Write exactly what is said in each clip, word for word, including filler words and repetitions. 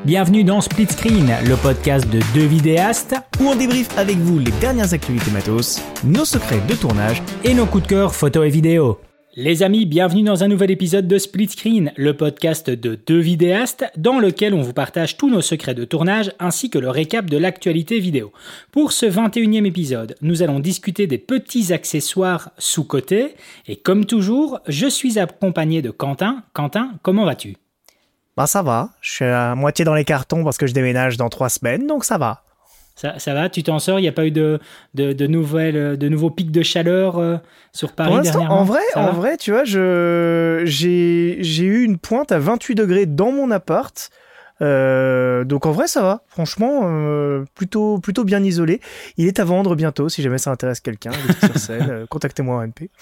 Bienvenue dans Split Screen, le podcast de deux vidéastes où on débriefe avec vous les dernières actualités matos, nos secrets de tournage et nos coups de cœur photos et vidéos. Les amis, bienvenue dans un nouvel épisode de Split Screen, le podcast de deux vidéastes dans lequel on vous partage tous nos secrets de tournage ainsi que le récap de l'actualité vidéo. Pour ce vingt et unième épisode, nous allons discuter des petits accessoires sous-cotés et comme toujours, je suis accompagné de Quentin. Quentin, comment vas-tu ? Bah ça va, je suis à moitié dans les cartons parce que je déménage dans trois semaines, donc ça va. Ça, ça va, tu t'en sors, il n'y a pas eu de, de, de, nouvelles, de nouveaux pics de chaleur euh, sur Paris Pour l'instant, dernièrement. En vrai, ça en va vrai, tu vois, je, j'ai, j'ai eu une pointe à vingt-huit degrés dans mon appart. Euh, donc en vrai ça va, franchement euh, plutôt plutôt bien isolé. Il est à vendre bientôt si jamais ça intéresse quelqu'un. Sur scène, euh, contactez-moi en M P.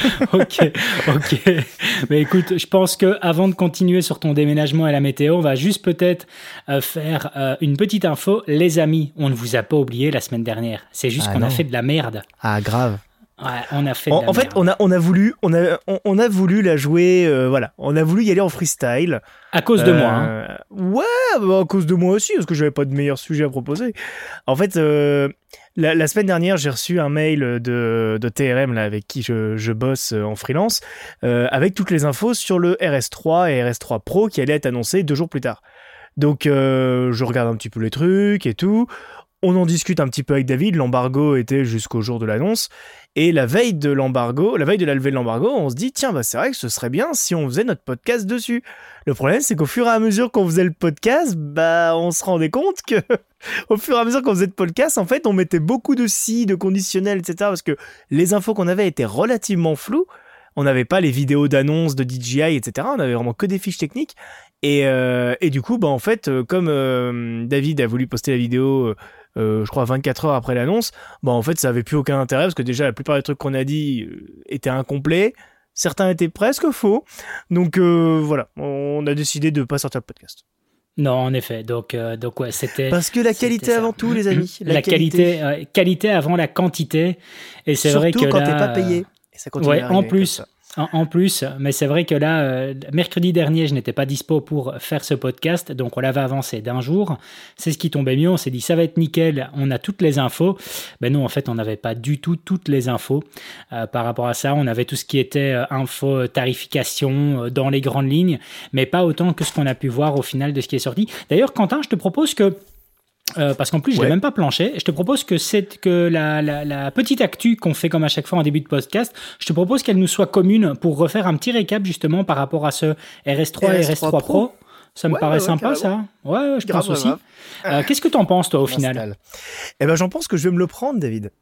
ok, ok. Mais écoute, je pense que avant de continuer sur ton déménagement et la météo, on va juste peut-être euh, faire euh, une petite info. Les amis, on ne vous a pas oublié la semaine dernière. C'est juste ah qu'on non. a fait de la merde. Ah grave. Ouais, on a fait. De en la en fait, merde. on a on a voulu on a on, on a voulu la jouer. Euh, voilà, on a voulu y aller en freestyle. À cause de euh, moi. Hein. Ouais, bah, à cause de moi aussi, parce que j'avais pas de meilleur sujet à proposer. En fait, euh, la, la semaine dernière, j'ai reçu un mail de, de T R M là avec qui je, je bosse en freelance, euh, avec toutes les infos sur le R S trois et R S trois Pro qui allaient être annoncés deux jours plus tard. Donc, euh, je regarde un petit peu les trucs et tout. On en discute un petit peu avec David, l'embargo était jusqu'au jour de l'annonce, et la veille de l'embargo, la veille de la levée de l'embargo, on se dit, tiens, bah c'est vrai que ce serait bien si on faisait notre podcast dessus. Le problème, c'est qu'au fur et à mesure qu'on faisait le podcast, bah on se rendait compte que, au fur et à mesure qu'on faisait le podcast, en fait, on mettait beaucoup de si, de conditionnels, et cetera, parce que les infos qu'on avait étaient relativement floues. On n'avait pas les vidéos d'annonces de D J I, et cetera. On avait vraiment que des fiches techniques. Et, euh, et du coup, bah, en fait, comme euh, David a voulu poster la vidéo, euh, je crois, vingt-quatre heures après l'annonce, bah, en fait, ça n'avait plus aucun intérêt parce que déjà, la plupart des trucs qu'on a dit euh, étaient incomplets. Certains étaient presque faux. Donc, euh, voilà, on a décidé de ne pas sortir le podcast. Non, en effet. Donc, euh, donc ouais, c'était. Parce que la qualité avant tout, les amis. La, la qualité, qualité, euh, qualité avant la quantité. Et c'est Surtout vrai que quand là, t'es pas payé. Et ça continue ouais, à arriver en plus. En, en plus, mais c'est vrai que là, euh, mercredi dernier, je n'étais pas dispo pour faire ce podcast, donc on l'avait avancé d'un jour. C'est ce qui tombait mieux. On s'est dit, ça va être nickel. On a toutes les infos. Ben non, en fait, on n'avait pas du tout toutes les infos euh, par rapport à ça. On avait tout ce qui était euh, info, tarification euh, dans les grandes lignes, mais pas autant que ce qu'on a pu voir au final de ce qui est sorti. D'ailleurs, Quentin, je te propose que Euh, parce qu'en plus, je ne ouais. l'ai même pas planché. Je te propose que, c'est, que la, la, la petite actu qu'on fait comme à chaque fois en début de podcast, je te propose qu'elle nous soit commune pour refaire un petit récap justement par rapport à ce R S trois et R S trois Pro. Ça me ouais, paraît ouais, sympa, ouais, ça. Ouais, ouais je grave, pense aussi. Ouais. Euh, qu'est-ce que t'en penses, toi, au final ? Eh ben, j'en pense que je vais me le prendre, David.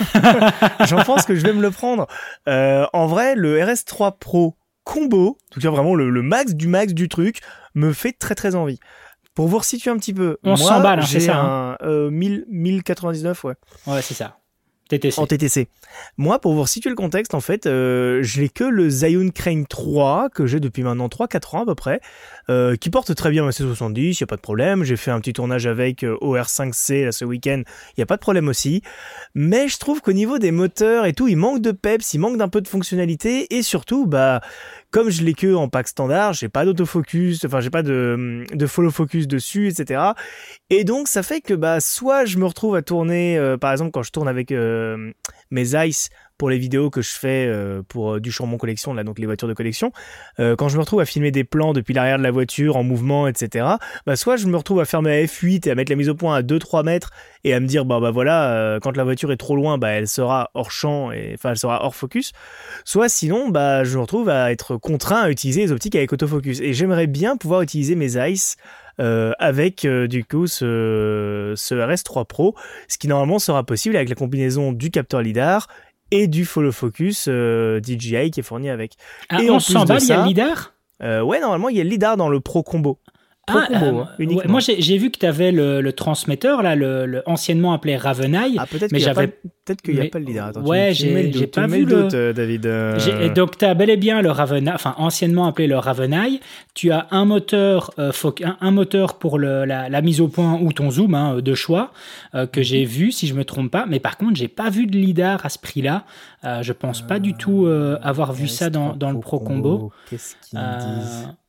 J'en pense que je vais me le prendre. Euh, en vrai, le R S trois Pro combo, en tout cas vraiment le, le max du max du truc, me fait très très envie. Pour vous resituer un petit peu, on moi, s'emballe, hein, j'ai c'est ça, un hein. euh, mille quatre-vingt-dix-neuf, ouais. Ouais, c'est ça. T T C. En T T C. Moi, pour vous resituer le contexte, en fait, euh, je n'ai que le Zhiyun Crane trois, que j'ai depuis maintenant trois quatre ans à peu près, euh, qui porte très bien ma C soixante-dix, il n'y a pas de problème. J'ai fait un petit tournage avec euh, O R cinq C là, ce week-end, il n'y a pas de problème aussi. Mais je trouve qu'au niveau des moteurs et tout, il manque de peps, il manque d'un peu de fonctionnalité, et surtout, bah, comme je l'ai que en pack standard, j'ai pas d'autofocus, enfin j'ai pas de, de follow focus dessus, et cetera. Et donc ça fait que bah soit je me retrouve à tourner, euh, par exemple quand je tourne avec euh, mes Zeiss pour les vidéos que je fais euh, pour euh, du Chambon collection, là donc les voitures de collection, euh, quand je me retrouve à filmer des plans depuis l'arrière de la voiture en mouvement, et cetera. Bah soit je me retrouve à faire ma F huit et à mettre la mise au point à deux trois mètres et à me dire bah bah voilà euh, quand la voiture est trop loin bah elle sera hors champ et enfin elle sera hors focus. Soit sinon bah je me retrouve à être contraint à utiliser les optiques avec autofocus et j'aimerais bien pouvoir utiliser mes Zeiss Euh, avec euh, du coup ce, ce R S trois Pro, ce qui normalement sera possible avec la combinaison du capteur lidar et du follow focus euh, D J I qui est fourni avec. Ah, et on en s'en bat, il y a le lidar euh, Ouais, normalement il y a le lidar dans le Pro Combo. Pro ah, combo, euh, hein, uniquement. Ouais, moi j'ai, j'ai vu que tu avais le, le transmetteur, là, le, le anciennement appelé Ravenaille. Ah, peut-être mais qu'il j'avais... n'y a, peut-être qu'il y a mais... pas le lidar. Attends, ouais, tu, tu j'ai, doute, j'ai pas vu le le doute, euh, David. Euh... J'ai... Donc tu as bel et bien le Ravenaille, enfin anciennement appelé le Ravenaille. Tu as un moteur, euh, fo... un, un moteur pour le, la, la mise au point ou ton zoom hein, de choix euh, que j'ai vu, si je me trompe pas. Mais par contre, j'ai pas vu de lidar à ce prix-là. Euh, je pense pas du tout euh, avoir vu ça dans, dans le Pro Combo. Qu'est-ce qu'ils euh... disent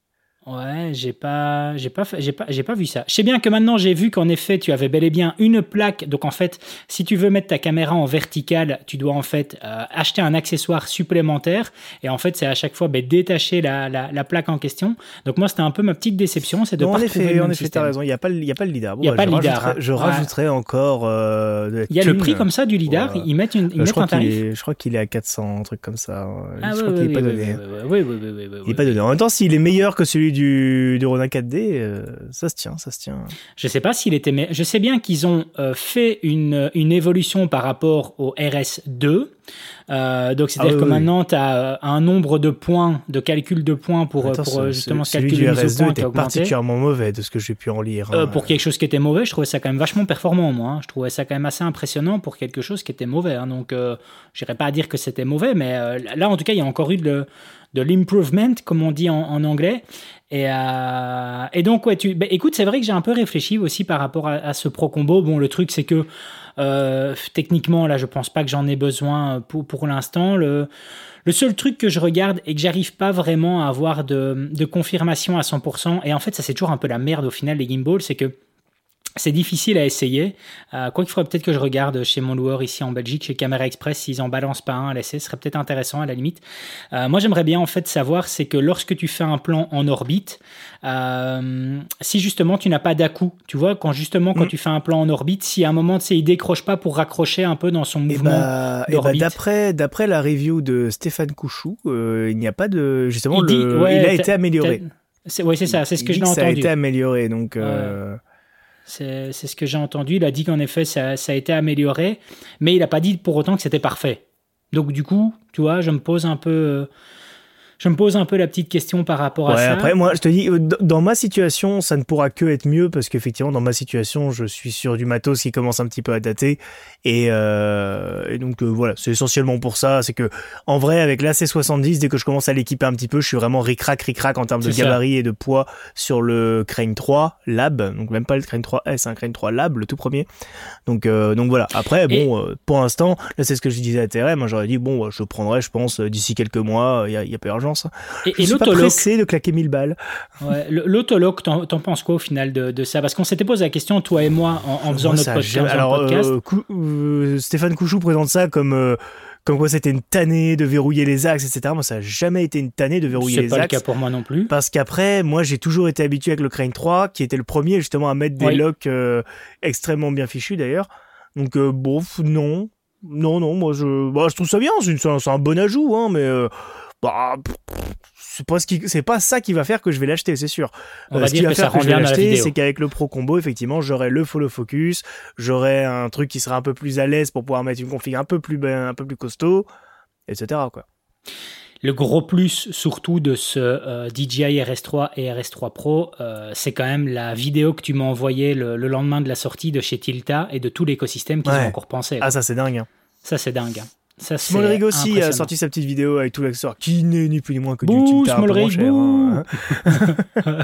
Ouais, j'ai pas, j'ai pas, fait- j'ai pas, j'ai pas vu ça. Je sais bien que maintenant j'ai vu qu'en effet tu avais bel et bien une plaque. Donc en fait, si tu veux mettre ta caméra en verticale, tu dois en fait euh, acheter un accessoire supplémentaire. Et en fait, c'est à chaque fois ben, détacher la, la, la plaque en question. Donc moi, c'était un peu ma petite déception, c'est de Non, pas en retrouver effet, le en même effet, t'as système. raison. Il y a pas, le- il y a pas le lidar. Bon, Il y a bah, pas je le lidar, rajouterai, hein. je Ouais. rajouterai encore euh, de la Il y a le thune. prix comme ça du lidar. Ouais. Ils mettent une, ils Euh, je mettent crois un qu'il tarif. est, je crois qu'il est à quatre cents, un truc comme ça. Ah je oui, crois oui, qu'il est oui, pas oui, donné. oui, oui, oui, oui, oui, oui, Il est pas donné. En même temps, s'il est meilleur que celui du, du Ronin quatre D, euh, ça se tient, ça se tient. Je sais pas s'il était, mais je sais bien qu'ils ont euh, fait une, une évolution par rapport au R S deux. Euh, donc c'est-à-dire Ah oui, que oui. maintenant tu as un nombre de points, de calcul de points pour, Attends, pour ce- euh, justement ce- ce celui calcul du de mise R au S deux point qui était a augmenté. particulièrement mauvais de ce que j'ai pu en lire. Euh, hein. pour quelque chose qui était mauvais, je trouvais ça quand même vachement performant, moi. hein. Je trouvais ça quand même assez impressionnant pour quelque chose qui était mauvais. hein. Donc, euh, je n'irais pas à dire que c'était mauvais, mais euh, là, en tout cas, il y a encore eu de, de l'improvement, comme on dit en, en anglais. Et, euh, et donc, ouais, tu, bah, écoute, c'est vrai que j'ai un peu réfléchi aussi par rapport à, à ce Pro Combo. Bon, le truc, c'est que euh, techniquement, là, je pense pas que j'en ai besoin pour, pour l'instant. Le, le seul truc que je regarde et que j'arrive pas vraiment à avoir de, de confirmation à cent pour cent, et en fait, ça c'est toujours un peu la merde au final, les gimbals, c'est que c'est difficile à essayer. Euh, quoi qu'il faudrait peut-être que je regarde chez mon loueur ici en Belgique, chez Camera Express, s'ils en balancent pas un à l'essai, ce serait peut-être intéressant à la limite. Euh, moi, j'aimerais bien en fait savoir, c'est que lorsque tu fais un plan en orbite, euh, si justement tu n'as pas d'à-coup, tu vois, quand justement quand Mm. tu fais un plan en orbite, si à un moment, tu sais, il décroche pas pour raccrocher un peu dans son Et mouvement bah, et bah, d'orbite. d'après, d'après la review de Stéphane Couchou, euh, il n'y a pas de, justement, Il dit- le, ouais, il a t'as- été amélioré. t'as- C'est, ouais, c'est ça, c'est ce Il que dit je l'ai ça a entendu. été amélioré, donc. euh, C'est, c'est ce que j'ai entendu. Il a dit qu'en effet, ça, ça a été amélioré, mais il n'a pas dit pour autant que c'était parfait. Donc du coup, tu vois, je me pose un peu, euh, je me pose un peu la petite question par rapport à Ouais, ça. après, moi, je te dis, euh, d- dans ma situation, ça ne pourra que être mieux parce qu'effectivement, dans ma situation, je suis sur du matos qui commence un petit peu à dater. Et, euh, et donc, euh, voilà, c'est essentiellement pour ça. C'est que, en vrai, avec l'A C soixante-dix, dès que je commence à l'équiper un petit peu, je suis vraiment ric-rac, ric-rac en termes de C'est ça. gabarit et de poids sur le Crane trois Lab. Donc, même pas le Crane trois S, un Crane trois Lab, le tout premier. Donc, euh, donc voilà. Après, Et- bon, euh, pour l'instant, là, c'est ce que je disais à Thérèse. Moi, j'aurais dit, bon, je prendrai, je pense, euh, d'ici quelques mois, il y a, y a pas urgence. Et, Je et suis pas l'autologue, pressé de claquer mille balles. ouais, le- l'autologue, t'en, t'en penses quoi au final de, de ça? Parce qu'on s'était posé la question, toi et moi, en, en faisant Moi, notre ça a podcast. jamais- en faisant Alors, le podcast. euh, Cou- euh, Stéphane Couchou présente ça comme, euh, comme quoi c'était une tannée de verrouiller les axes, et cetera. Moi, ça n'a jamais été une tannée de verrouiller c'est les pas le axes. cas pour moi non plus. Parce qu'après, moi, j'ai toujours été habitué avec le Crane trois, qui était le premier justement à mettre des Oui. locks euh, extrêmement bien fichus d'ailleurs. Donc, euh, bon, non. Non, non, moi, je, bah, je trouve ça bien. C'est, une- c'est un, c'est un bon ajout, hein, mais euh, bah, pff, c'est pas ce qui, c'est pas ça qui va faire que je vais l'acheter, c'est sûr. On va ce qui dire va que ça faire que rend je vais bien dans la l'acheter, vidéo. c'est qu'avec le Pro Combo, effectivement, j'aurai le follow focus, j'aurai un truc qui sera un peu plus à l'aise pour pouvoir mettre une config un peu plus, ben, un peu plus costaud, et cetera, quoi. Le gros plus surtout de ce euh, D J I R S trois et R S trois Pro, euh, c'est quand même la vidéo que tu m'as envoyée le, le lendemain de la sortie de chez Tilta et de tout l'écosystème qu'ils Ouais. ont encore pensé. Ah, ça, c'est dingue, hein. Ça, c'est dingue. hein. Ça, c'est Smallrig aussi a impressionnant. sorti sa petite vidéo avec tout l'accessoire, qui n'est ni plus ni moins que Bouh, du Tilta un peu moins Smallrig, cher, bouh. hein.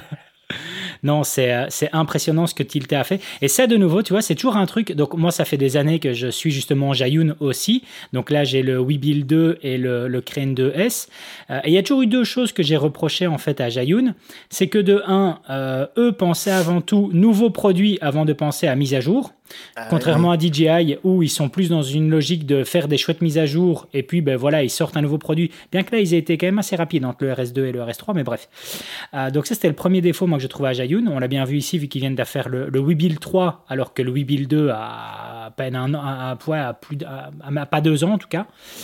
Non, c'est euh, c'est impressionnant ce que Tilta a fait. Et ça, de nouveau, tu vois, c'est toujours un truc. Donc, moi, ça fait des années que je suis justement Zhiyun aussi. Donc là, j'ai le Weebill deux et le, le Crane deux S. Euh, et il y a toujours eu deux choses que j'ai reprochées en fait à Zhiyun. C'est que de un, euh, eux pensaient avant tout nouveaux produits avant de penser à mise à jour. Ah, Contrairement oui. à D J I où ils sont plus dans une logique de faire des chouettes mises à jour et puis ben voilà ils sortent un nouveau produit, bien que là ils aient été quand même assez rapides entre le R S deux et le R S trois, mais bref. Euh, donc ça c'était le premier défaut moi que je trouvais à Zhiyun. On l'a bien vu ici vu qu'ils viennent de faire le, le Weebill trois alors que le Weebill deux a à peine un an, à, à, à plus de- à- à pas deux ans en tout cas.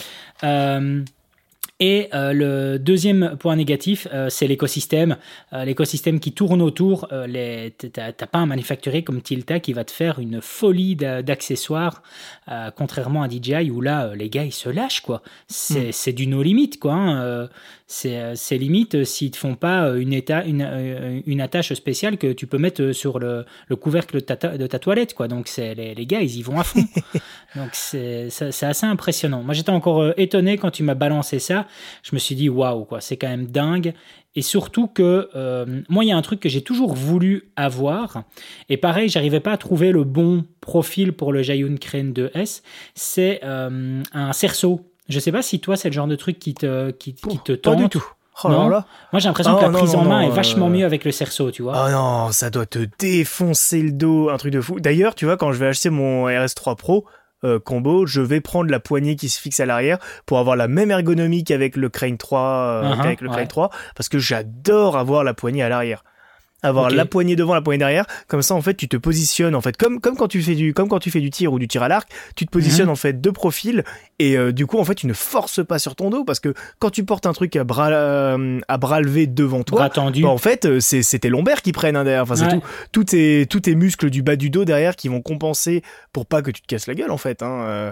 Euh, Et euh, le deuxième point négatif, euh, c'est l'écosystème. Euh, l'écosystème qui tourne autour. Euh, les, t'as, t'as pas un manufacturier comme Tilta qui va te faire une folie d'a- d'accessoires, euh, contrairement à D J I où là, euh, les gars, ils se lâchent, quoi. C'est, Mm. c'est du no limite, quoi. hein. Euh, c'est, euh, c'est limite euh, s'ils te font pas euh, une, éta- une, euh, une attache spéciale que tu peux mettre euh, sur le, le couvercle de ta, ta- de ta toilette, quoi. Donc, c'est, les, les gars, ils y vont à fond. Donc, c'est, c'est, c'est assez impressionnant. Moi, j'étais encore euh, étonné quand tu m'as balancé ça. Je me suis dit, waouh, quoi, c'est quand même dingue. Et surtout que, euh, moi, il y a un truc que j'ai toujours voulu avoir. Et pareil, j'arrivais pas à trouver le bon profil pour le Zhiyun Crane deux S. C'est euh, un cerceau. Je sais pas si toi, c'est le genre de truc qui te, qui, qui te Pas tente. du tout. Oh non. là là. Moi, j'ai l'impression oh, que la non, prise non, en main non, est vachement euh... mieux avec le cerceau, tu vois. Oh non, ça doit te défoncer le dos, un truc de fou. D'ailleurs, tu vois, quand je vais acheter mon R S trois Pro euh, combo, je vais prendre la poignée qui se fixe à l'arrière pour avoir la même ergonomie qu'avec le Crane trois, euh, uh-huh, qu'avec le Crane ouais. trois, parce que j'adore avoir la poignée à l'arrière. Avoir okay. la poignée devant, la poignée derrière, comme ça en fait tu te positionnes en fait comme comme quand tu fais du comme quand tu fais du tir ou du tir à l'arc, tu te positionnes mm-hmm. en fait de profil et euh, du coup en fait tu ne forces pas sur ton dos parce que quand tu portes un truc à bras euh, à bras levés devant toi, bras tendus. Bah, en fait c'est c'est tes lombaires qui prennent hein, derrière, enfin c'est ouais. tout tous tes tous tes muscles du bas du dos derrière qui vont compenser pour pas que tu te casses la gueule en fait hein. Euh,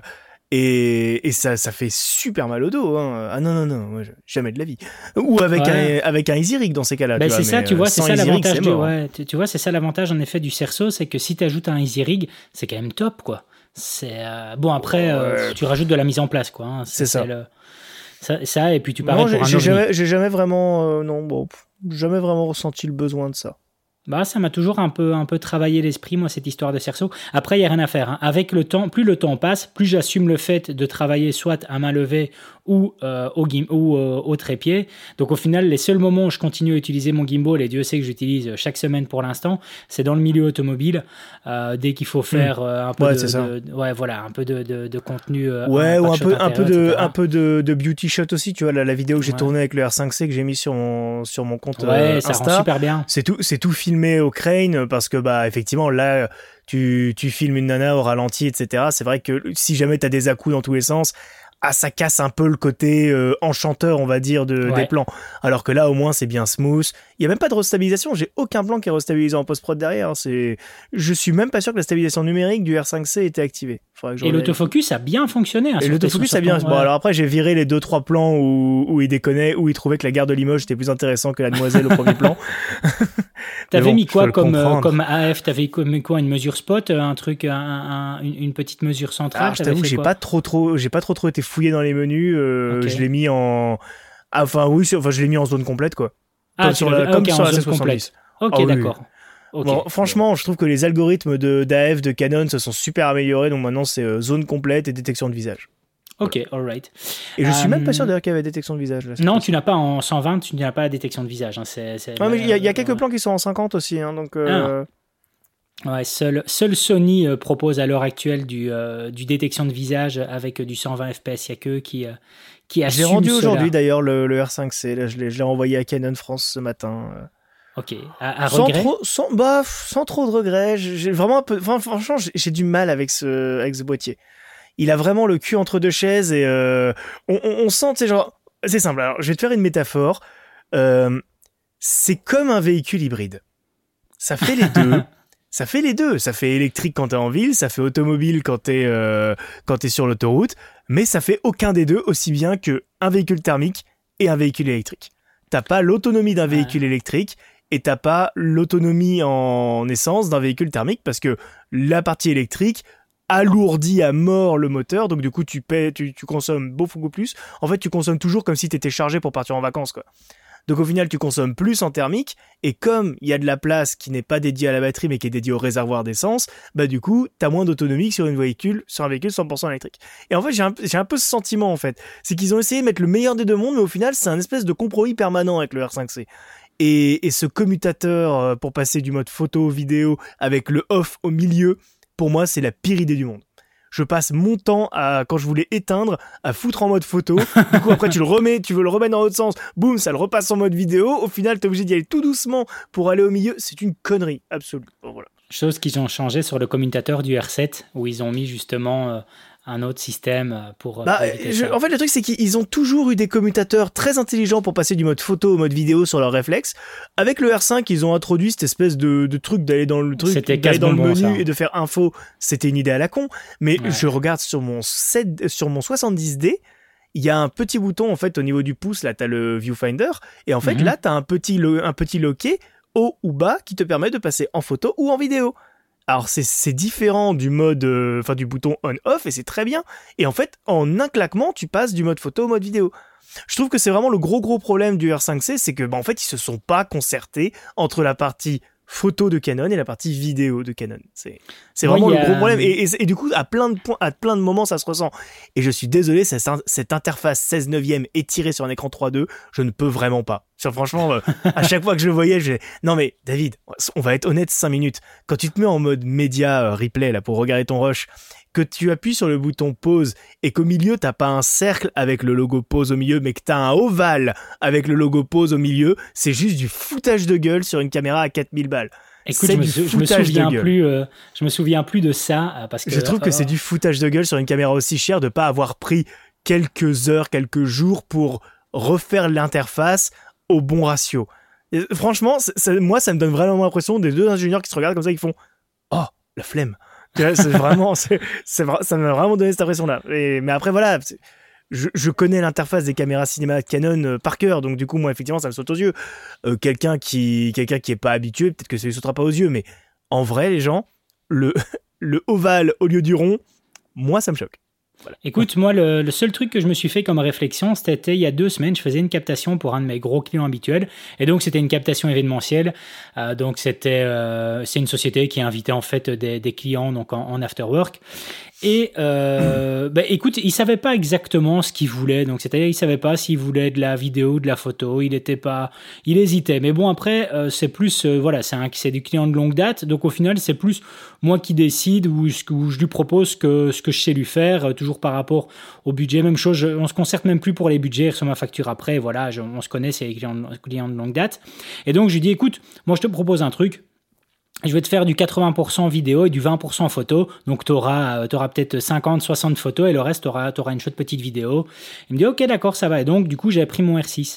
Et, et ça, ça fait super mal au dos. Hein. Ah non, non, non, moi, jamais de la vie. Ou avec, ouais. un, avec un Easy Rig dans ces cas-là. Bah, tu c'est vois, ça, tu vois, c'est ça l'avantage. Rig, du, ouais, tu, tu vois, c'est ça l'avantage en effet du Cerceau, c'est que si tu ajoutes un Easy Rig, c'est quand même top, quoi. C'est euh, bon après, ouais. euh, tu rajoutes de la mise en place, quoi. Hein. C'est, c'est ça. C'est le, ça. Ça et puis tu parais non, pour j'ai, un j'ai jamais, j'ai jamais vraiment, euh, non, bon, jamais vraiment ressenti le besoin de ça. Bah, ça m'a toujours un peu, un peu travaillé l'esprit, moi, cette histoire de cerceau. Après, il n'y a rien à faire. Hein. Avec le temps, plus le temps passe, plus j'assume le fait de travailler soit à main levée ou, euh, au, gim- ou euh, au trépied. Donc, au final, les seuls moments où je continue à utiliser mon gimbal, et Dieu sait que j'utilise chaque semaine pour l'instant, c'est dans le milieu automobile, euh, dès qu'il faut faire euh, un peu ouais, de, c'est ça. de, ouais, voilà, un peu de, de, de contenu. Euh, ouais, un, ou un peu, un peu de, et cetera. un peu de, de beauty shot aussi. Tu vois, la, la vidéo que j'ai ouais. tournée avec le R cinq C que j'ai mis sur mon, sur mon compte ouais, euh, ça Insta, rend super bien. C'est tout, c'est tout filmé au crane parce que bah effectivement là tu tu filmes une nana au ralenti et cetera. C'est vrai que si jamais t'as des à-coups dans tous les sens, ah ça casse un peu le côté euh, enchanteur on va dire de ouais. des plans. Alors que là au moins c'est bien smooth. Il y a même pas de restabilisation. J'ai aucun plan qui est restabilisé en post-prod derrière. C'est, je suis même pas sûr que la stabilisation numérique du R cinq C était activée. Que et l'autofocus a bien fonctionné. Hein, et l'autofocus a bien. Bon, ouais. alors après, j'ai viré les deux trois plans où, où il déconnait, où il trouvait que la gare de Limoges était plus intéressant que la demoiselle au premier plan. T'avais bon, mis quoi comme, euh, comme A F? T'avais mis quoi? Une mesure spot? Un truc, un, un, une, une petite mesure centrale? Alors, je t'avoue que j'ai pas trop, trop, j'ai pas trop, trop été fouillé dans les menus. Euh, okay. Je l'ai mis en. Enfin, oui, enfin, je l'ai mis en zone complète, quoi. Ah, comme sur la, comme okay, sur la C soixante-dix. Ok, ah, d'accord. Oui. Okay. Bon, franchement, je trouve que les algorithmes de, d'A F, de Canon, se sont super améliorés. Donc maintenant, c'est euh, zone complète et détection de visage. Ok, voilà. alright. Et je um, suis même pas sûr d'ailleurs qu'il y avait détection de visage. Là, non, tu n'as pas en cent vingt, tu n'as pas la détection de visage. Hein, c'est, c'est non, mais il y, y a quelques ouais. plans qui sont en cinquante aussi. Hein, donc, euh... ah. Ouais, seul, seul Sony euh, propose à l'heure actuelle du, euh, du détection de visage avec euh, du cent vingt F P S. Il n'y a qu'eux qui, euh, qui assument. J'ai rendu cela. aujourd'hui d'ailleurs le, le R cinq C. Là, je, l'ai, je l'ai envoyé à Canon France ce matin. Euh... Ok, à, à sans regret trop, sans, bah, sans trop de regrets. J'ai vraiment un peu, enfin, franchement, j'ai, j'ai du mal avec ce, avec ce boîtier. Il a vraiment le cul entre deux chaises et euh, on, on, on sent, tu sais, genre, c'est simple. Alors, je vais te faire une métaphore. Euh, c'est comme un véhicule hybride. Ça fait les deux. Ça fait les deux. Ça fait électrique quand t'es en ville, ça fait automobile quand t'es, euh, quand t'es sur l'autoroute, mais ça fait aucun des deux aussi bien que un véhicule thermique et un véhicule électrique. T'as pas l'autonomie d'un véhicule électrique. Et t'as pas l'autonomie en essence d'un véhicule thermique parce que la partie électrique alourdit à mort le moteur, donc du coup tu paies, tu, tu consommes beaucoup plus. En fait, tu consommes toujours comme si t'étais chargé pour partir en vacances, quoi. Donc au final, tu consommes plus en thermique, et comme il y a de la place qui n'est pas dédiée à la batterie mais qui est dédiée au réservoir d'essence, bah du coup, t'as moins d'autonomie que sur une véhicule, sur un véhicule cent pour cent électrique. Et en fait, j'ai un, j'ai un peu ce sentiment en fait, c'est qu'ils ont essayé de mettre le meilleur des deux mondes, mais au final, c'est un espèce de compromis permanent avec le R cinq C. Et, et ce commutateur pour passer du mode photo, vidéo, avec le off au milieu, pour moi, c'est la pire idée du monde. Je passe mon temps à, quand je voulais éteindre, à foutre en mode photo. Du coup, après, tu le remets, tu veux le remettre dans l'autre sens. Boum, ça le repasse en mode vidéo. Au final, t'es obligé d'y aller tout doucement pour aller au milieu. C'est une connerie absolue. Bon, voilà. Chose qu'ils ont changé sur le commutateur du R sept, où ils ont mis justement euh, un autre système pour... Bah, pour je, en fait, le truc, c'est qu'ils ont toujours eu des commutateurs très intelligents pour passer du mode photo au mode vidéo sur leur réflexe. Avec le R cinq, ils ont introduit cette espèce de, de truc d'aller dans le truc, C'était d'aller dans le menu ça. Et de faire info. C'était une idée à la con. Mais ouais. je regarde sur mon sept, sur mon soixante-dix D, il y a un petit bouton, en fait, au niveau du pouce, là, t'as le viewfinder. Et en fait, mm-hmm. là, t'as un petit, lo, un petit loquet haut ou bas qui te permet de passer en photo ou en vidéo. Alors c'est, c'est différent du mode, enfin euh, du bouton on/off et c'est très bien. Et en fait, en un claquement, tu passes du mode photo au mode vidéo. Je trouve que c'est vraiment le gros gros problème du R cinq C, c'est que bah, en fait ils se sont pas concertés entre la partie photo de Canon et la partie vidéo de Canon. C'est, c'est Ouais, vraiment il y le a- gros problème. Et, et, et du coup, à plein de points, à plein de moments, ça se ressent. Et je suis désolé, cette, cette interface seize neuvième étirée sur un écran trois deux, je ne peux vraiment pas. Genre, franchement, euh, à chaque fois que je le voyais, j'ai, non mais, David, on va être honnête cinq minutes. Quand tu te mets en mode média euh, replay, là, pour regarder ton rush, que tu appuies sur le bouton pause et qu'au milieu, t'as pas un cercle avec le logo pause au milieu, mais que t'as un ovale avec le logo pause au milieu, c'est juste du foutage de gueule sur une caméra à quatre mille balles. Écoute, C'est je me, du sou- je me foutage de souviens gueule. plus, euh, je me souviens plus de ça euh, parce que Je trouve que euh, c'est du foutage de gueule sur une caméra aussi chère de pas avoir pris quelques heures, quelques jours pour refaire l'interface au bon ratio. Et franchement, c'est- c'est- moi, ça me donne vraiment l'impression des deux ingénieurs qui se regardent comme ça, qui font « Oh, la flemme !» Tu vois, c'est vraiment, c'est, c'est, vra- ça m'a vraiment donné cette impression-là. Et, mais après, voilà, c'est- je, je connais l'interface des caméras cinéma Canon euh, par cœur, donc du coup, moi, effectivement, ça me saute aux yeux. Euh, quelqu'un qui, quelqu'un qui est pas habitué, peut-être que ça lui sautera pas aux yeux, mais en vrai, les gens, le, le ovale au lieu du rond, moi, ça me choque. Voilà. Écoute, moi, le, le seul truc que je me suis fait comme réflexion, c'était il y a deux semaines, je faisais une captation pour un de mes gros clients habituels. Et donc, c'était une captation événementielle. Euh, donc, c'était, euh, c'est une société qui invitait en fait des, des clients donc en, en after work. Et euh, bah, écoute, il savait pas exactement ce qu'il voulait. Donc, c'est-à-dire, il savait pas s'il voulait de la vidéo, de la photo. Il était pas, il hésitait. Mais bon, après, euh, c'est plus, euh, voilà, c'est un, c'est du client de longue date. Donc, au final, c'est plus moi qui décide ou, ou je lui propose que ce que je sais lui faire, euh, toujours par rapport au budget. Même chose, je, on se concerte même plus pour les budgets. Il reçoit ma facture après. Voilà, je, on se connaît, c'est les clients, clients de longue date. Et donc, je lui dis, écoute, moi, je te propose un truc. Je vais te faire du quatre-vingts pour cent vidéo et du vingt pour cent photo. Donc, tu auras, t'auras peut-être cinquante, soixante photos et le reste, tu auras, une chouette petite vidéo. Il me dit, OK, d'accord, ça va. Et donc, du coup, j'ai pris mon R six.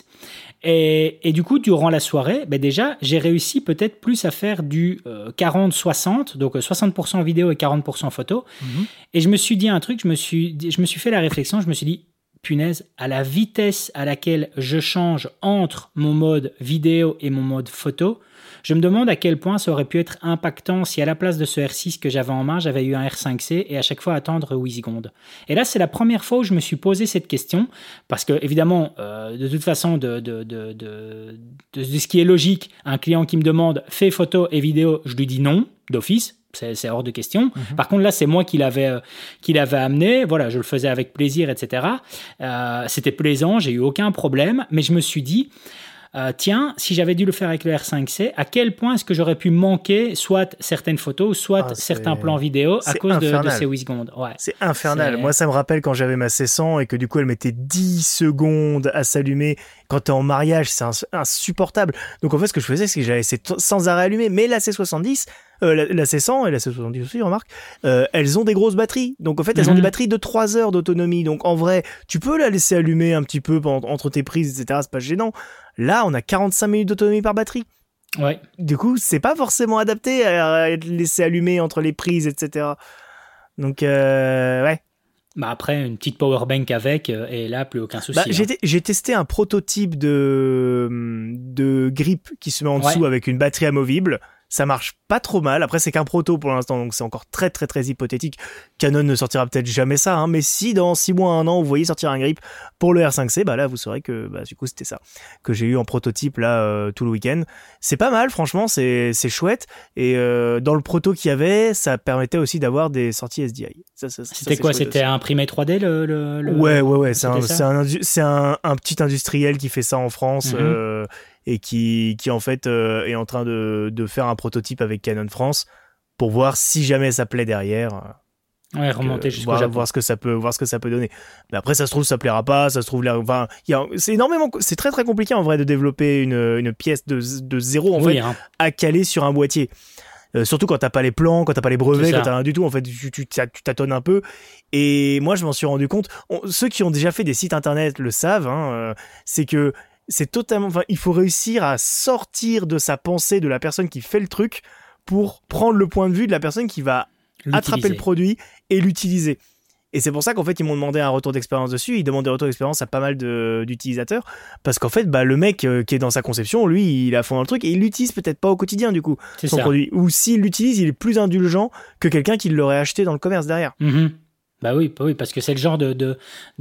Et, et du coup, durant la soirée, ben déjà, j'ai réussi peut-être plus à faire du euh, quarante soixante, donc soixante pour cent vidéo et quarante pour cent photo. Mm-hmm. Et je me suis dit un truc, je me suis, je me suis fait la réflexion, je me suis dit, punaise, à la vitesse à laquelle je change entre mon mode vidéo et mon mode photo, je me demande à quel point ça aurait pu être impactant si à la place de ce R six que j'avais en main, j'avais eu un R cinq C et à chaque fois attendre huit secondes. Et là, c'est la première fois où je me suis posé cette question, parce que évidemment, euh, de toute façon, de, de, de, de, de, de ce qui est logique, un client qui me demande « fais photo et vidéo », je lui dis non, d'office. C'est, c'est hors de question. Mm-hmm. Par contre, là, c'est moi qui l'avais, euh, qui l'avais amené. Voilà, je le faisais avec plaisir, et cetera. Euh, c'était plaisant, j'ai eu aucun problème. Mais je me suis dit, euh, tiens, si j'avais dû le faire avec le R cinq C, à quel point est-ce que j'aurais pu manquer soit certaines photos, soit ah, certains plans vidéo à cause de, de ces huit secondes. Ouais. C'est infernal. C'est... Moi, ça me rappelle quand j'avais ma C cent et que du coup, elle mettait dix secondes à s'allumer. Quand t'es en mariage, c'est insupportable. Donc, en fait, ce que je faisais, c'est que j'avais laissé sans arrêt allumé. Mais la C soixante-dix, euh, la, la C cent et la C soixante-dix aussi, remarque, euh, elles ont des grosses batteries. Donc, en fait, elles mm-hmm. ont des batteries de trois heures d'autonomie. Donc, en vrai, tu peux la laisser allumer un petit peu entre tes prises, et cetera. C'est pas gênant. Là, on a quarante-cinq minutes d'autonomie par batterie. Ouais. Du coup, c'est pas forcément adapté à être laissé allumer entre les prises, et cetera. Donc, euh, ouais. Bah après, une petite powerbank avec, euh, et là, plus aucun souci. Bah, hein. j'ai, t- j'ai testé un prototype de, de grip qui se met en dessous ouais. avec une batterie amovible. Ça marche pas trop mal. Après, c'est qu'un proto pour l'instant, donc c'est encore très très très hypothétique. Canon ne sortira peut-être jamais ça, hein, mais si dans six mois, un an, vous voyez sortir un grip pour le R cinq C, bah là, vous saurez que bah, du coup, c'était ça que j'ai eu en prototype là euh, tout le week-end. C'est pas mal, franchement, c'est c'est chouette. Et euh, dans le proto qu'il y avait, ça permettait aussi d'avoir des sorties S D I. Ça, ça, c'était ça, quoi? C'était aussi. imprimé trois D le, le, le... Ouais, ouais, ouais. C'est un, c'est un, c'est un, un petit industriel qui fait ça en France. Mm-hmm. Euh, et qui, qui en fait euh, est en train de, de faire un prototype avec Canon France pour voir si jamais ça plaît derrière. Ouais, remonter jusqu'au voir, Japon. Voir ce que ça peut, voir ce que ça peut donner. Mais après, ça se trouve, ça plaira pas, ça se trouve, enfin, il y a, c'est énormément, c'est très très compliqué en vrai de développer une, une pièce de, de zéro en oui, fait hein. à caler sur un boîtier. Euh, surtout quand t'as pas les plans, quand t'as pas les brevets, quand t'as rien du tout, en fait, tu, tu, tu tâtonnes un peu. Et moi, je m'en suis rendu compte. On, ceux qui ont déjà fait des sites internet le savent, hein, euh, c'est que c'est totalement, enfin, il faut réussir à sortir de sa pensée de la personne qui fait le truc pour prendre le point de vue de la personne qui va l'utiliser. Attraper le produit et l'utiliser. Et c'est pour ça qu'en fait, ils m'ont demandé un retour d'expérience dessus. Ils demandent des retours d'expérience à pas mal de, d'utilisateurs. Parce qu'en fait, bah, le mec euh, qui est dans sa conception, lui, il a fond dans le truc et il l'utilise peut-être pas au quotidien, du coup, c'est son ça. produit. Ou s'il l'utilise, il est plus indulgent que quelqu'un qui l'aurait acheté dans le commerce derrière. Mm-hmm. Bah oui, bah oui, parce que c'est le genre de, de,